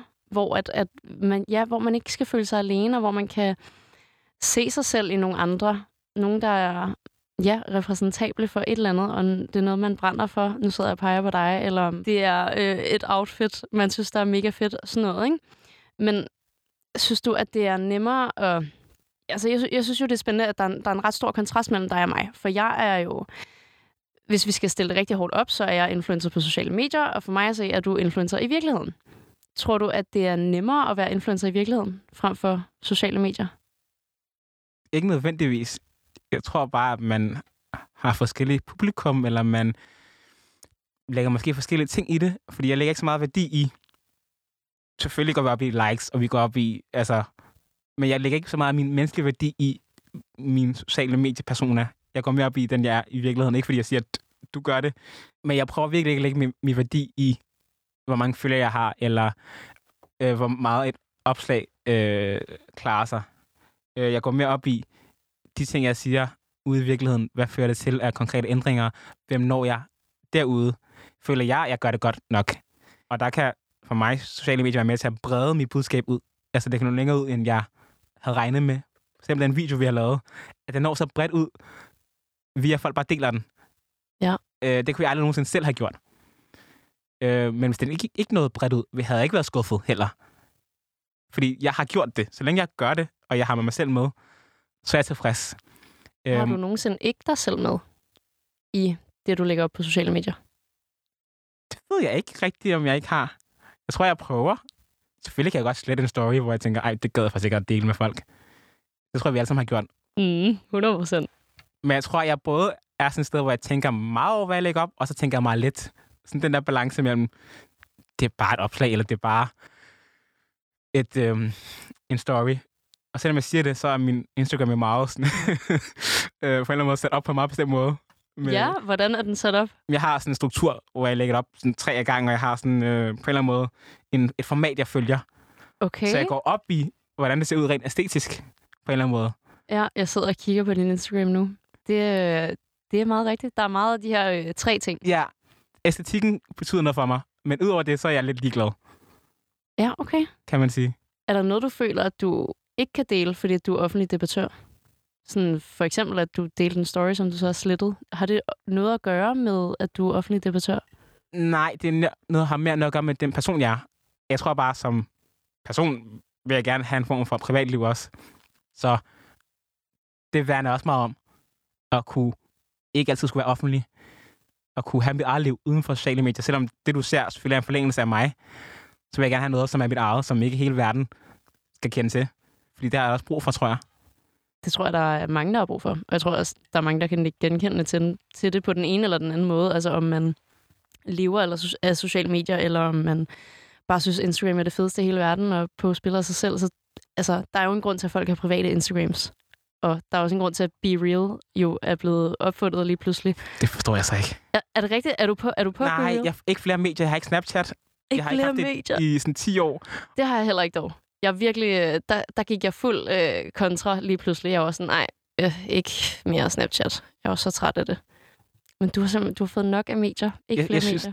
hvor man ikke skal føle sig alene, og hvor man kan se sig selv i nogle andre. Nogen, der er repræsentable for et eller andet, og det er noget, man brænder for. Nu sidder jeg og peger på dig, eller det er et outfit, man synes, der er mega fedt, sådan noget, ikke? Men synes du, at det er nemmere at... Altså, jeg synes jo, det er spændende, at der er en ret stor kontrast mellem dig og mig. For jeg er jo... Hvis vi skal stille det rigtig hårdt op, så er jeg influencer på sociale medier, og for mig at se, er du influencer i virkeligheden. Tror du, at det er nemmere at være influencer i virkeligheden, frem for sociale medier? Ikke nødvendigvis. Jeg tror bare, at man har forskellige publikum, eller man lægger måske forskellige ting i det, fordi jeg lægger ikke så meget værdi i. Selvfølgelig går vi op i likes, og vi går op i, men jeg lægger ikke så meget af min menneskelige værdi i min sociale mediepersona. Jeg går mere op i den, jeg er i virkeligheden. Ikke fordi jeg siger, at du gør det, men jeg prøver virkelig ikke at lægge min værdi i, hvor mange følgere jeg har, eller hvor meget et opslag klarer sig. Jeg går mere op i de ting, jeg siger ude i virkeligheden. Hvad fører det til af konkrete ændringer? Hvem når jeg derude? Føler jeg gør det godt nok? Og der kan for mig sociale medier være med til at brede mit budskab ud. Altså, det kan nå længere ud, end jeg havde regnet med. For eksempel den video, vi har lavet. At den når så bredt ud, via folk bare deler den. Ja. Det kunne jeg aldrig nogensinde selv have gjort. Men hvis den ikke nåede bredt ud, havde jeg ikke været skuffet heller. Fordi jeg har gjort det. Så længe jeg gør det, og jeg har med mig selv med, så er jeg tilfreds. Har du nogensinde ikke dig selv med i det, du lægger op på sociale medier? Det ved jeg ikke rigtigt, om jeg ikke har. Jeg tror, jeg prøver. Selvfølgelig kan jeg godt slette en story, hvor jeg tænker, ej, det gad jeg faktisk ikke at dele med folk. Det tror jeg, vi alle sammen har gjort. 100%. Men jeg tror, jeg både er sådan et sted, hvor jeg tænker meget over, hvad jeg lægger op, og så tænker jeg meget lidt. Sådan den der balance mellem, det er bare et opslag, eller det er bare en story. Og selvom jeg siger det, så er min Instagram jo meget sådan, på en eller anden måde sat op på en meget bestemt måde. Ja, hvordan er den sat op? Jeg har sådan en struktur, hvor jeg lægger det op sådan 3 af gangen, og jeg har sådan på en eller anden måde et format, jeg følger. Okay. Så jeg går op i, hvordan det ser ud rent æstetisk, på en eller anden måde. Ja, jeg sidder og kigger på din Instagram nu. Det er meget rigtigt. Der er meget af de her 3 ting. Ja, æstetikken betyder noget for mig, men udover det, så er jeg lidt ligeglad. Ja, okay. Kan man sige. Er der noget, du føler, at du ikke kan dele, fordi du er offentlig debattør? Sådan for eksempel, at du delte en story, som du så har slettet. Har det noget at gøre med, at du er offentlig debattør? Nej, det er noget, har mere noget at gøre med den person, jeg er. Jeg tror bare, som person vil jeg gerne have en form for privatliv også. Så det værner også meget om. At kunne ikke altid skulle være offentlig. At kunne have mit eget liv uden for sociale medier. Selvom det, du ser, selvfølgelig er en forlængelse af mig, så vil jeg gerne have noget, som er mit eget, som ikke hele verden skal kende til. Fordi det har jeg også brug for, tror jeg. Det tror jeg, der er mange, der har brug for. Og jeg tror også, der er mange, der kan genkende til det på den ene eller den anden måde. Altså om man lever af sociale medier, eller om man bare synes, Instagram er det fedeste i hele verden, og på spiller sig selv. Så, altså, der er jo en grund til, at folk har private Instagrams. Og der er også en grund til, at Be Real jo er blevet opfundet lige pludselig. Det forstår jeg så ikke. Er det rigtigt? Er du på Nej, Be Real? Nej, ikke flere medier. Jeg har ikke Snapchat. Jeg har ikke haft det i sådan 10 år. Det har jeg heller ikke dog. Jeg virkelig, der gik jeg fuld kontra lige pludselig. Jeg var sådan, nej, ikke mere Snapchat. Jeg var så træt af det. Men du har fået nok af medier, ikke flere medier. Jeg synes,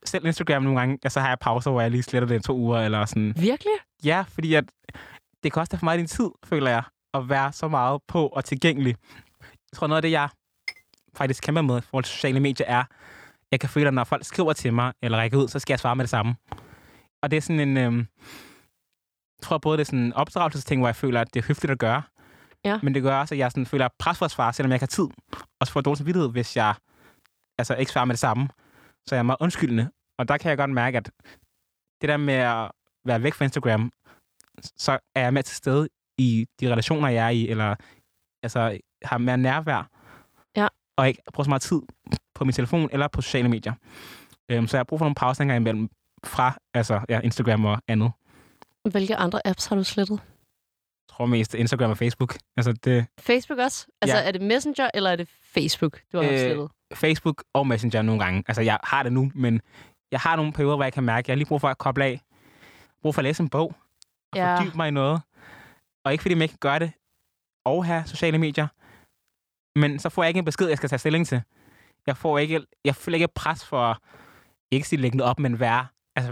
selv Instagram nogle gange, så har jeg pauser, hvor jeg lige sletter det i 2 uger, eller sådan. Virkelig? Ja, fordi at det koster for meget din tid, føler jeg, at være så meget på og tilgængelig. Jeg tror, noget af det, jeg faktisk kæmper med i forhold til sociale medier, er, jeg kan føle, at når folk skriver til mig, eller rækker ud, så skal jeg svare med det samme. Og det er sådan en, jeg tror både, det er sådan en opdragelsesting, hvor jeg føler, at det er høfligt at gøre. Ja. Men det gør også, at jeg sådan føler pres for at svare, selvom jeg ikke har tid. Og så får jeg dårlig samvittighed, hvis jeg ikke svarer med det samme. Så jeg er meget undskyldende. Og der kan jeg godt mærke, at det der med at være væk fra Instagram, så er jeg med til stede i de relationer, jeg er i, eller har mere nærvær. Ja. Og ikke bruger så meget tid på min telefon eller på sociale medier. Så jeg har brug for nogle pauser engang imellem fra Instagram og andet. Hvilke andre apps har du slettet? Jeg tror mest Instagram og Facebook. Facebook også? Er det Messenger, eller er det Facebook, du har slettet? Facebook og Messenger nogle gange. Jeg har det nu, men jeg har nogle perioder, hvor jeg kan mærke, at jeg lige brug for at koble af. Brug for at læse en bog og fordybe mig i noget. Og ikke fordi man ikke kan gøre det og have sociale medier. Men så får jeg ikke en besked, jeg skal tage stilling til. Jeg føler ikke pres for ikke sige lægge noget op, men være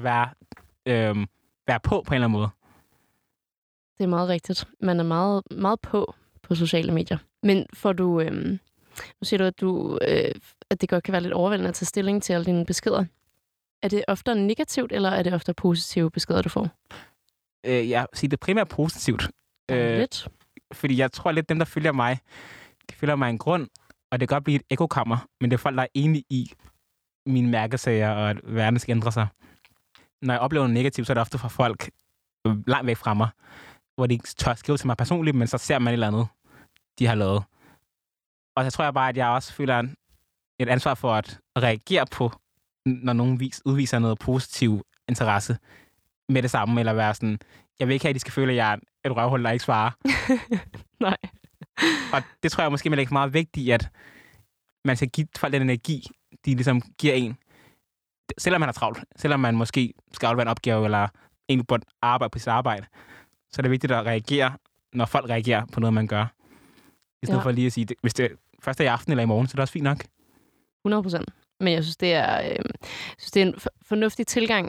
på en eller anden måde. Det er meget rigtigt. Man er meget, meget på sociale medier. Men får du... nu siger du, at det godt kan være lidt overvældende at tage stilling til alle dine beskeder. Er det ofte negativt, eller er det ofte positive beskeder, du får? Jeg siger det primært positivt. Lidt. Fordi jeg tror lidt, dem, der følger mig, de følger mig en grund, og det kan godt blive et ekokammer, men det er folk, der er enige i mine mærkesager, og at verden skal ændre sig. Når jeg oplever noget negativt, så er det ofte fra folk langt væk fra mig, hvor de ikke tør skrive til mig personligt, men så ser man et eller andet, de har lavet. Og så tror jeg bare, at jeg også føler et ansvar for at reagere på, når nogen udviser noget positiv interesse med det samme, eller være sådan, jeg vil ikke have, at de skal føle, at jeg er et røvhul, der ikke svarer. Nej. Og det tror jeg måske, man lægger meget vigtigt i, at man skal give folk den energi, de ligesom giver en. Selvom man er travlt, selvom man måske skal aflevere en opgave, eller egentlig burde arbejde på sit arbejde, så er det vigtigt at reagere, når folk reagerer på noget, man gør. I stedet for lige at sige, hvis det først er i aften eller i morgen, så er det også fint nok. 100%. Men jeg synes, det er en fornuftig tilgang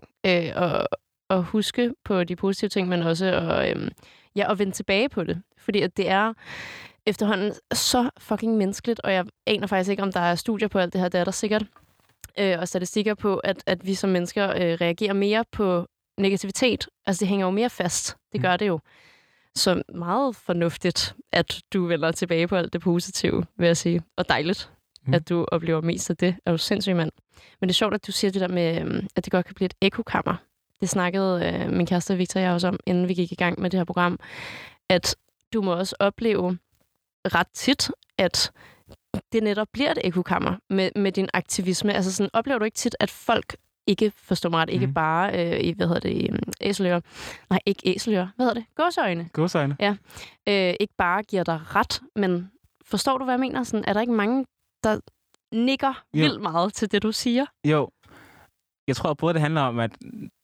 at huske på de positive ting, men også at vende tilbage på det. Fordi at det er efterhånden så fucking menneskeligt, og jeg aner faktisk ikke, om der er studier på alt det her. Det er der sikkert. Og statistikker på, at vi som mennesker reagerer mere på negativitet. Altså, det hænger jo mere fast. Det gør det jo. Så meget fornuftigt, at du vender tilbage på alt det positive, vil jeg sige. Og dejligt, at du oplever mest af det. Er du sindssyg, mand. Men det er sjovt, at du siger det der med, at det godt kan blive et ekokammer. Det snakkede min kæreste Victor og jeg også om, inden vi gik i gang med det her program, at du må også opleve ret tit, at det netop bliver et ekokammer med din aktivisme. Altså sådan, oplever du ikke tit, at folk ikke, forstår mig ret, ikke bare æselører. Nej, ikke æselører. Hvad hedder det? Gåseøjne. Gåseøjne. Ja. Ikke bare giver dig ret, men forstår du, hvad jeg mener? Sådan, er der ikke mange, der nikker vildt meget til det, du siger? Jo. Jeg tror både, det handler om, at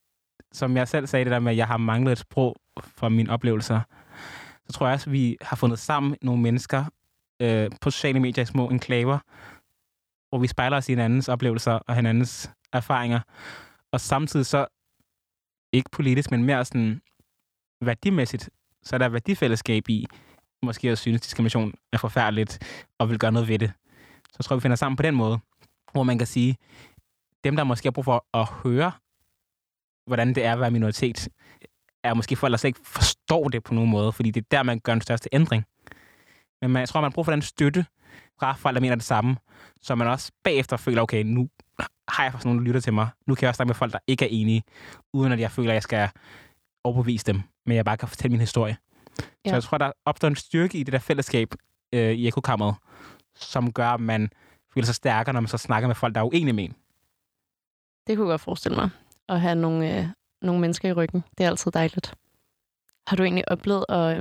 som jeg selv sagde det der med, at jeg har manglet et sprog for mine oplevelser, så tror jeg også, at vi har fundet sammen nogle mennesker på sociale medier i små enklaver, hvor vi spejler os i hinandens oplevelser og hinandens erfaringer. Og samtidig så, ikke politisk, men mere sådan værdimæssigt, så er der værdifællesskab i, måske at synes, diskrimination er forfærdeligt, og vil gøre noget ved det. Så tror jeg, vi finder sammen på den måde, hvor man kan sige, dem, der måske har brug for at høre, hvordan det er at være minoritet, er måske folk, der slet ikke forstår det på nogen måde, fordi det er der, man gør den største ændring. Men jeg tror, man bruger for den støtte fra folk, der mener det samme, så man også bagefter føler, okay, nu har jeg faktisk nogen, der lytter til mig. Nu kan jeg også snakke med folk, der ikke er enige, uden at jeg føler, at jeg skal overbevise dem, men jeg bare kan fortælle min historie. Ja. Så jeg tror, der opstår en styrke i det der fællesskab i ekokammeret, som gør, at man føler sig stærkere, når man så snakker med folk, der er uenige med en. Det kunne jeg godt forestille mig. At have nogle mennesker i ryggen. Det er altid dejligt. Har du egentlig oplevet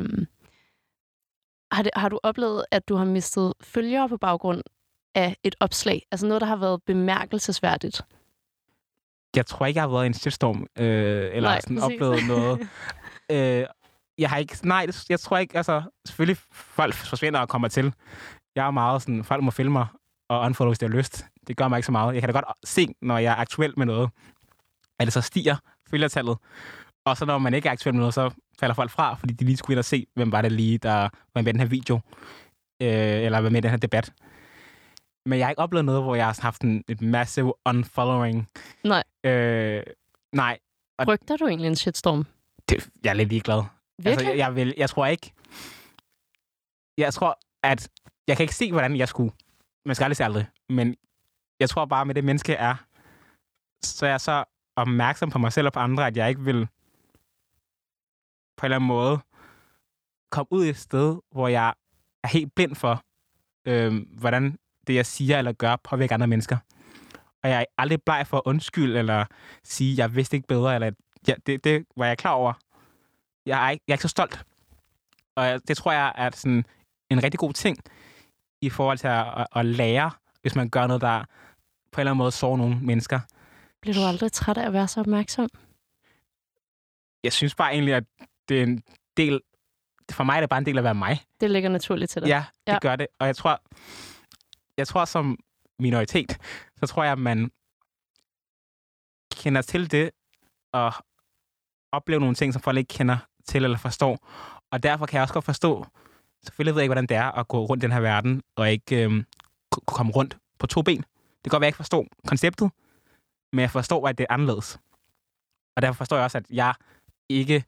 har du oplevet, at du har mistet følgere på baggrund af et opslag? Altså noget, der har været bemærkelsesværdigt? Jeg tror ikke, jeg har været i en shitstorm, eller sådan oplevet noget. Jeg har ikke... Nej, jeg tror ikke... Altså, selvfølgelig folk forsvinder og kommer til. Jeg er meget sådan... Folk må filme mig og unfollow, hvis de har lyst. Det gør mig ikke så meget. Jeg kan da godt se, når jeg er aktuel med noget, at det så stiger følgertallet. Og så når man ikke er aktuel med noget, så falder folk fra, fordi de lige skulle ind og se, hvem var det lige, der var med i den her video, eller var med i den her debat. Men jeg har ikke oplevet noget, hvor jeg har haft et massive unfollowing. Nej. Nej. Frygter du egentlig en shitstorm? Jeg er lidt ligeglad. Virkelig? Altså, jeg tror ikke... Jeg tror, at... Jeg kan ikke se, hvordan jeg skulle... Man skal aldrig se aldrig. Men jeg tror bare, med det menneske er, så er jeg så opmærksom på mig selv og på andre, at jeg ikke vil på en eller anden måde komme ud i et sted, hvor jeg er helt blind for, hvordan det, jeg siger eller gør, påvirker andre mennesker. Og jeg er aldrig bleg for at undskylde, eller sige, jeg vidste ikke bedre, eller det var jeg klar over. Jeg er ikke så stolt. Og det tror jeg er sådan en rigtig god ting, i forhold til at lære, hvis man gør noget, der på en eller anden måde sårer nogle mennesker. Bliver du aldrig træt af at være så opmærksom? Jeg synes bare egentlig, at det er en del... For mig er det bare en del af at være mig. Det ligger naturligt til dig. Ja, det gør det. Og jeg tror som minoritet, så tror jeg, at man kender til det og oplever nogle ting, som folk ikke kender til eller forstår. Og derfor kan jeg også godt forstå, selvfølgelig ved jeg ikke, hvordan det er at gå rundt i den her verden og ikke kunne komme rundt på 2 ben. Det kan godt være, at jeg ikke forstår konceptet, men jeg forstår, at det er anderledes. Og derfor forstår jeg også, at jeg ikke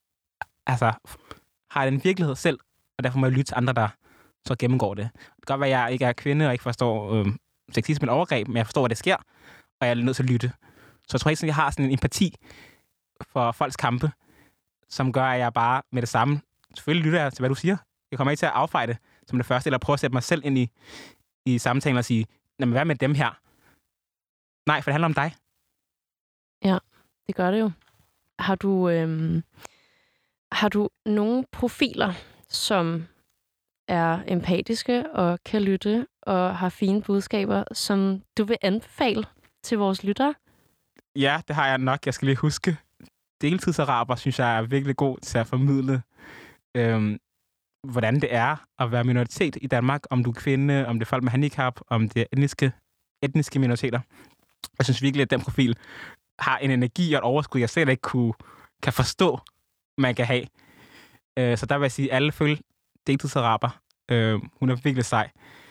har den virkelighed selv, og derfor må jeg lytte til andre, der så gennemgår det. Det kan godt være, at jeg ikke er kvinde og ikke forstår sexisme eller overgreb, men jeg forstår, at det sker, og jeg er nødt til at lytte. Så jeg tror ikke, at jeg har sådan en empati for folks kampe, som gør, at jeg bare med det samme, selvfølgelig lytter jeg til, hvad du siger. Jeg kommer ikke til at affeje det som det første, eller prøve at sætte mig selv ind i samtalen og sige, hvad med dem her? Nej, for det handler om dig. Ja, det gør det jo. Har du nogle profiler, som er empatiske og kan lytte og har fine budskaber, som du vil anbefale til vores lyttere? Ja, det har jeg nok. Jeg skal lige huske. Deltidsaraber, synes jeg, er virkelig god til at formidle, hvordan det er at være minoritet i Danmark. Om du er kvinde, om det er folk med handicap, om det er etniske minoriteter. Jeg synes virkelig, at den profil har en energi og et overskud, jeg selv ikke kan forstå, man kan have. Så der vil jeg sige, at alle følger deltidsaraber. Hun er virkelig sej.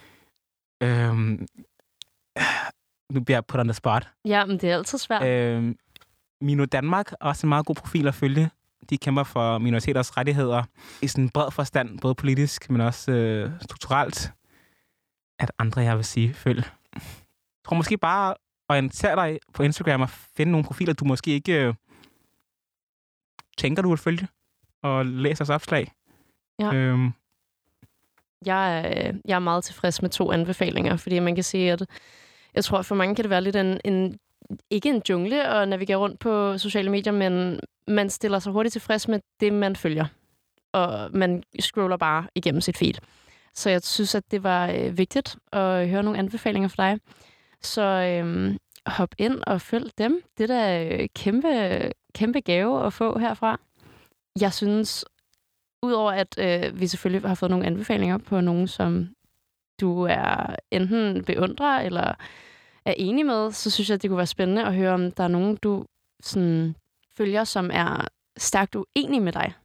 Nu bliver jeg put on the spot. Ja, men det er altid svært. Mino Danmark er også en meget god profil at følge. De kæmper for minoriteters rettigheder i sådan en bred forstand, både politisk, men også strukturelt. At andre, jeg vil sige, følg. Jeg tror måske bare orientere dig på Instagram og finde nogle profiler, du måske ikke tænker, du vil følge, og læse deres opslag. Ja. Jeg er meget tilfreds med 2 anbefalinger, fordi man kan sige, at jeg tror, for mange kan det være lidt ikke en jungle at navigere rundt på sociale medier, men man stiller sig hurtigt tilfreds med det, man følger. Og man scroller bare igennem sit feed. Så jeg synes, at det var vigtigt at høre nogle anbefalinger fra dig. Så hop ind og følg dem. Det er da kæmpe gave at få herfra. Jeg synes, udover at vi selvfølgelig har fået nogle anbefalinger på nogen, som du er enten beundrer eller er enig med, så synes jeg, at det kunne være spændende at høre, om der er nogen, du sådan følger, som er stærkt uenig med dig.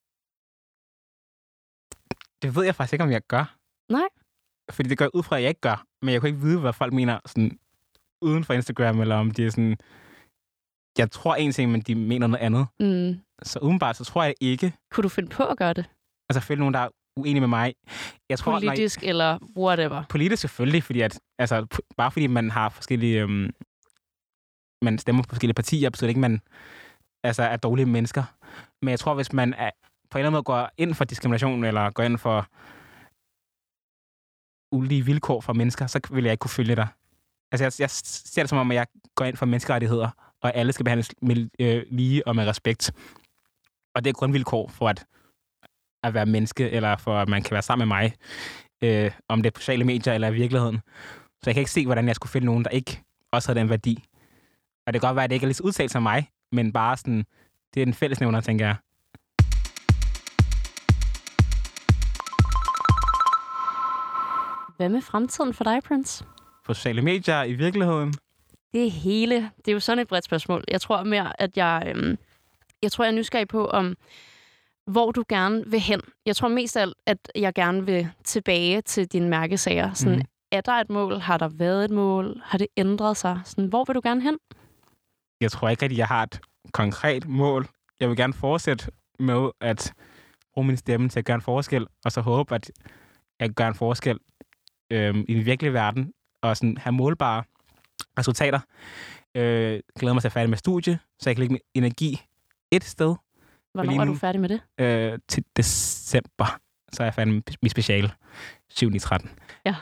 Det ved jeg faktisk ikke, om jeg gør. Nej. Fordi det gør ud fra, at jeg ikke gør. Men jeg kan ikke vide, hvad folk mener sådan, uden for Instagram, eller om de er sådan... Jeg tror en ting, men de mener noget andet. Mm. Så udenbart, så tror jeg ikke... Kunne du finde på at gøre det? Altså følge nogen, der er uenige med mig. Jeg tror, politisk eller whatever? Politisk selvfølgelig, fordi at... bare fordi man har forskellige... man stemmer på forskellige partier, betyder det ikke, man er dårlige mennesker. Men jeg tror, hvis man på en eller anden måde går ind for diskrimination, eller går ind for ulige vilkår for mennesker, så vil jeg ikke kunne følge dig. Altså, jeg ser det som om, at jeg går ind for menneskerettigheder, og alle skal behandles lige og med respekt. Og det er grundvilkår for at være menneske, eller for at man kan være sammen med mig, om det er på sociale medier eller i virkeligheden. Så jeg kan ikke se, hvordan jeg skulle finde nogen, der ikke også har den værdi. Og det kan godt være, at det ikke er lige så udtalt som mig, men bare sådan, det er en fællesnævner, tænker jeg. Hvad med fremtiden for dig, Prince? på sociale medier i virkeligheden? Det hele. Det er jo sådan et bredt spørgsmål. Jeg tror mere, at jeg er nysgerrig på, om hvor du gerne vil hen. Jeg tror mest af alt, at jeg gerne vil tilbage til dine mærkesager. Sådan, er der et mål? Har der været et mål? Har det ændret sig? Sådan, hvor vil du gerne hen? Jeg tror ikke rigtig, jeg har et konkret mål. Jeg vil gerne fortsætte med at bruge min stemme til at gøre en forskel, og så håbe, at jeg kan gøre en forskel i den virkelige verden, og sådan have målbare resultater. Glæder mig til at færdig med studie, så jeg kan lægge min energi et sted. Hvornår er du færdig med det? Til december, så er jeg færdig med mit speciale 7.13. Ja.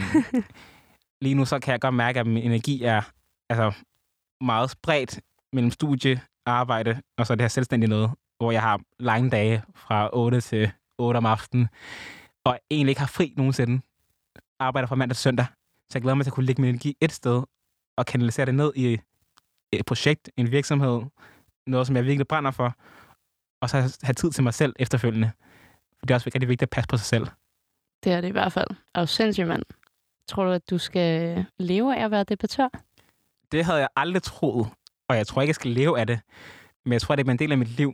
Lige nu så kan jeg godt mærke, at min energi er meget spredt mellem studie, arbejde, og så det her selvstændige noget, hvor jeg har lange dage fra 8 til 8 om aftenen, og egentlig ikke har fri nogensinde. Arbejder fra mandag til søndag. Så jeg glæder mig til at kunne lægge min energi et sted, og kanalisere det ned i et projekt, en virksomhed, noget, som jeg virkelig brænder for, og så have tid til mig selv efterfølgende. For det er også rigtig vigtigt at passe på sig selv. Det er det i hvert fald. Og sindssygt, mand. Tror du, at du skal leve af at være debattør? Det havde jeg aldrig troet, og jeg tror ikke, jeg skal leve af det. Men jeg tror, det er en del af mit liv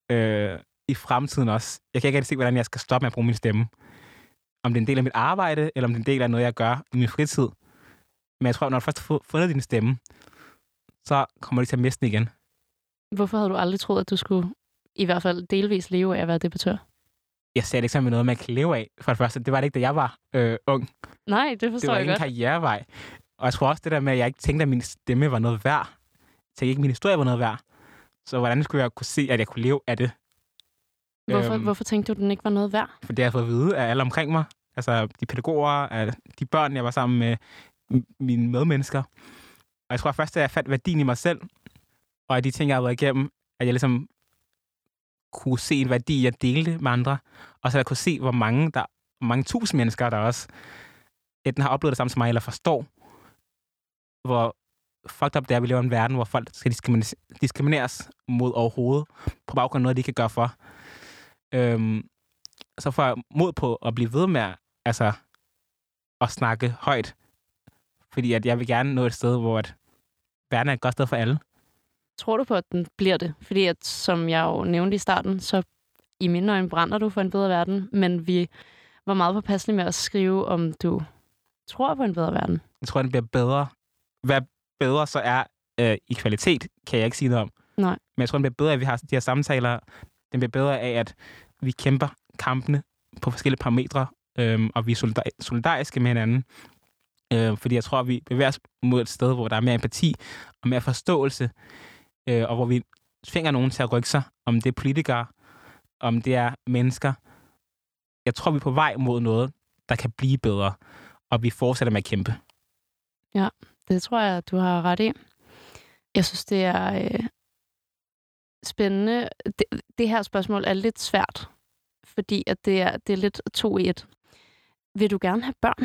i fremtiden også. Jeg kan ikke rigtig se, hvordan jeg skal stoppe med at bruge min stemme. Om det er en del af mit arbejde, eller om det er en del af noget, jeg gør i min fritid. Men jeg tror, når du først har fundet din stemme, så kommer du til at miste den igen. Hvorfor havde du aldrig troet, at du skulle i hvert fald delvis leve af at være debattør? Jeg sagde det ikke sammen med noget, man kan leve af. For det første, det var det ikke, da jeg var ung. Nej, det forstår jeg godt. Det var ikke en karrierevej. Og jeg tror også det der med, at jeg ikke tænkte, at min stemme var noget værd. Jeg tænkte ikke, at min historie var noget værd. Så hvordan skulle jeg kunne se, at jeg kunne leve af det? Hvorfor tænkte du, at den ikke var noget værd? For det har jeg fået at vide af alle omkring mig. Altså de pædagoger, af de børn, jeg var sammen med, mine medmennesker. Og jeg tror først, at jeg fandt værdien i mig selv, og af de ting, jeg har været igennem, at jeg ligesom kunne se en værdi, jeg delte med andre, og så jeg kunne se, hvor mange tusind mennesker, der også enten har oplevet det samme som mig, eller forstår, hvor fucked up det er, at vi lever i en verden, hvor folk skal diskrimineres mod overhovedet, på baggrund af noget, de kan gøre for. Så får jeg mod på at blive ved med at snakke højt, fordi at jeg vil gerne nå et sted, hvor at verden er et godt sted for alle. Tror du på, at den bliver det? Fordi at, som jeg jo nævnte i starten, så i mine øjne brænder du for en bedre verden, men vi var meget påpasselige med at skrive, om du tror på en bedre verden. Jeg tror, den bliver bedre. Hvad bedre så er i kvalitet, kan jeg ikke sige noget om. Nej. Men jeg tror, den bliver bedre, at vi har de her samtaler. Den bliver bedre af, at vi kæmper kampene på forskellige parametre, og vi er solidariske med hinanden. Fordi jeg tror, at vi bevæger os mod et sted, hvor der er mere empati og mere forståelse, og hvor vi tvinger nogen til at rykke sig, om det er politikere, om det er mennesker. Jeg tror, vi er på vej mod noget, der kan blive bedre, og vi fortsætter med at kæmpe. Ja, det tror jeg, du har ret i. Jeg synes, det er spændende. Det her spørgsmål er lidt svært, fordi at det er lidt 2 i 1. Vil du gerne have børn?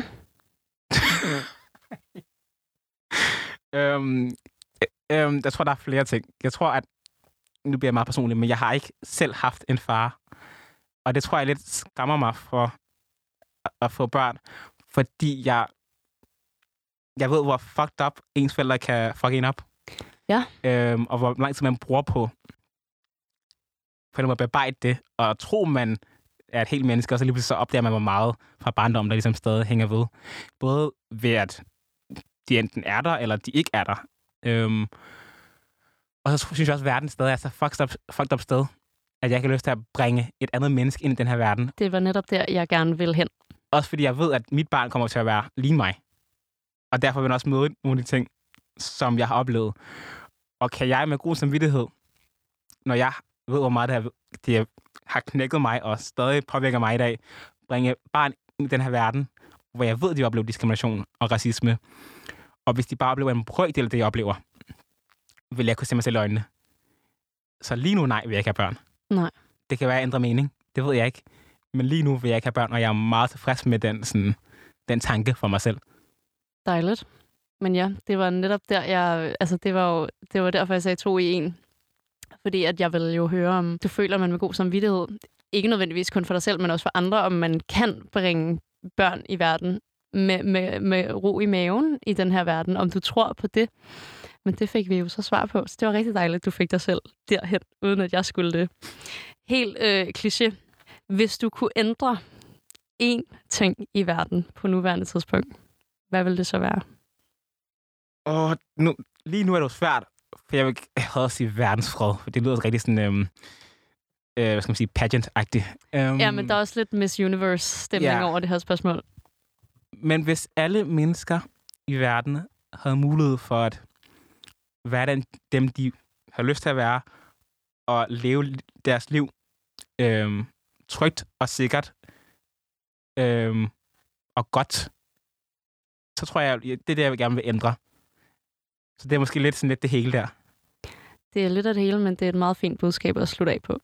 Jeg tror, der er flere ting. Jeg tror, at nu bliver jeg meget personlig, men jeg har ikke selv haft en far. Og det tror jeg lidt skræmmer mig for at få børn, fordi jeg ved, hvor fucked up ens forældre kan fuck en op. Ja. Og hvor lang tid man bruger på at bearbejde det, og tro, man er et helt menneske, og så lige pludselig så opdager man, hvor meget fra barndommen, der ligesom stadig hænger ved. Både ved, at de enten er der, eller de ikke er der. Og så synes jeg også, at verden stadig er så fucked up sted, at jeg ikke har lyst til at bringe et andet menneske ind i den her verden. Det var netop der, jeg gerne vil hen. Også fordi jeg ved, at mit barn kommer til at være lige mig. Og derfor vil jeg også møde nogle af de ting, som jeg har oplevet. Og kan jeg med god samvittighed, når jeg ved, hvor meget det har knækket mig, og stadig påvirker mig i dag, bringe barn ind i den her verden, hvor jeg ved, at de oplever diskrimination og racisme. Og hvis de bare oplever en brøkdel af det, jeg oplever, vil jeg kunne se mig selv i øjnene. Så lige nu, nej, vil jeg ikke have børn. Nej. Det kan være at ændre mening. Det ved jeg ikke. Men lige nu vil jeg ikke have børn, og jeg er meget tilfreds med den tanke for mig selv. Dejligt. Men ja, det var netop der, det var derfor, jeg sagde 2 i 1. Fordi at jeg ville jo høre, om du føler, man med god samvittighed, ikke nødvendigvis kun for dig selv, men også for andre, om man kan bringe børn i verden med ro i maven i den her verden, om du tror på det. Men det fik vi jo så svar på, så det var rigtig dejligt, at du fik dig selv derhen, uden at jeg skulle det. Helt kliché. Hvis du kunne ændre én ting i verden på nuværende tidspunkt, hvad vil det så være? Lige nu er det jo svært, for jeg vil også sige verdensfred, for det lyder rigtig sådan, hvad skal man sige, pageant-agtigt. Ja, men der er også lidt Miss Universe-stemning over det her spørgsmål. Men hvis alle mennesker i verden havde mulighed for at være dem, de har lyst til at være, og leve deres liv trygt og sikkert og godt, så tror jeg, det er det, jeg gerne vil ændre. Så det er måske lidt det hele der. Det er lidt af det hele, men det er et meget fint budskab at slutte af på.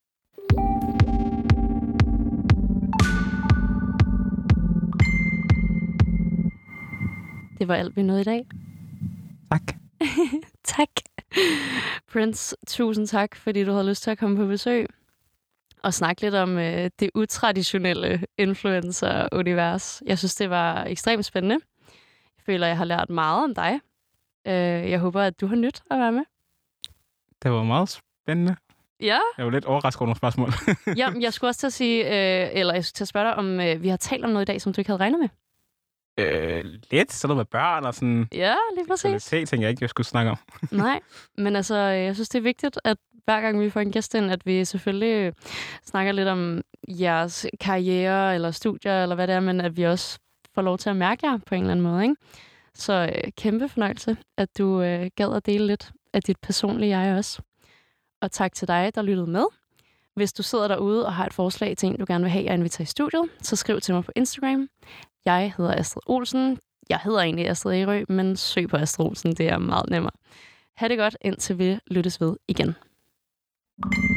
Det var alt, vi nåede i dag. Tak. Tak. Prince, tusind tak, fordi du havde lyst til at komme på besøg og snakke lidt om det utraditionelle influencer-univers. Jeg synes, det var ekstremt spændende. Jeg føler, jeg har lært meget om dig. Jeg håber, at du har nydt at være med. Det var meget spændende. Ja. Jeg var lidt overrasket over nogle spørgsmål. Ja, jeg skulle også til at sige, eller jeg skulle til at spørge dig, om vi har talt om noget i dag, som du ikke havde regnet med. Lidt, sådan noget med børn og sådan... Ja, lige præcis. Kvalitet, tænker jeg ikke, jeg skulle snakke om. Nej, men altså, jeg synes, det er vigtigt, at hver gang vi får en gæst ind, at vi selvfølgelig snakker lidt om jeres karriere eller studier, eller hvad det er, men at vi også får lov til at mærke jer på en eller anden måde, ikke? Så kæmpe fornøjelse, at du gad at dele lidt af dit personlige jeg også. Og tak til dig, der lyttede med. Hvis du sidder derude og har et forslag til en, du gerne vil have, jeg inviterer i studiet, så skriv til mig på Instagram. Jeg hedder Astrid Olsen. Jeg hedder egentlig Astrid Ærø, men søg på Astrid Olsen, det er meget nemmere. Ha' det godt, indtil vi lyttes ved igen.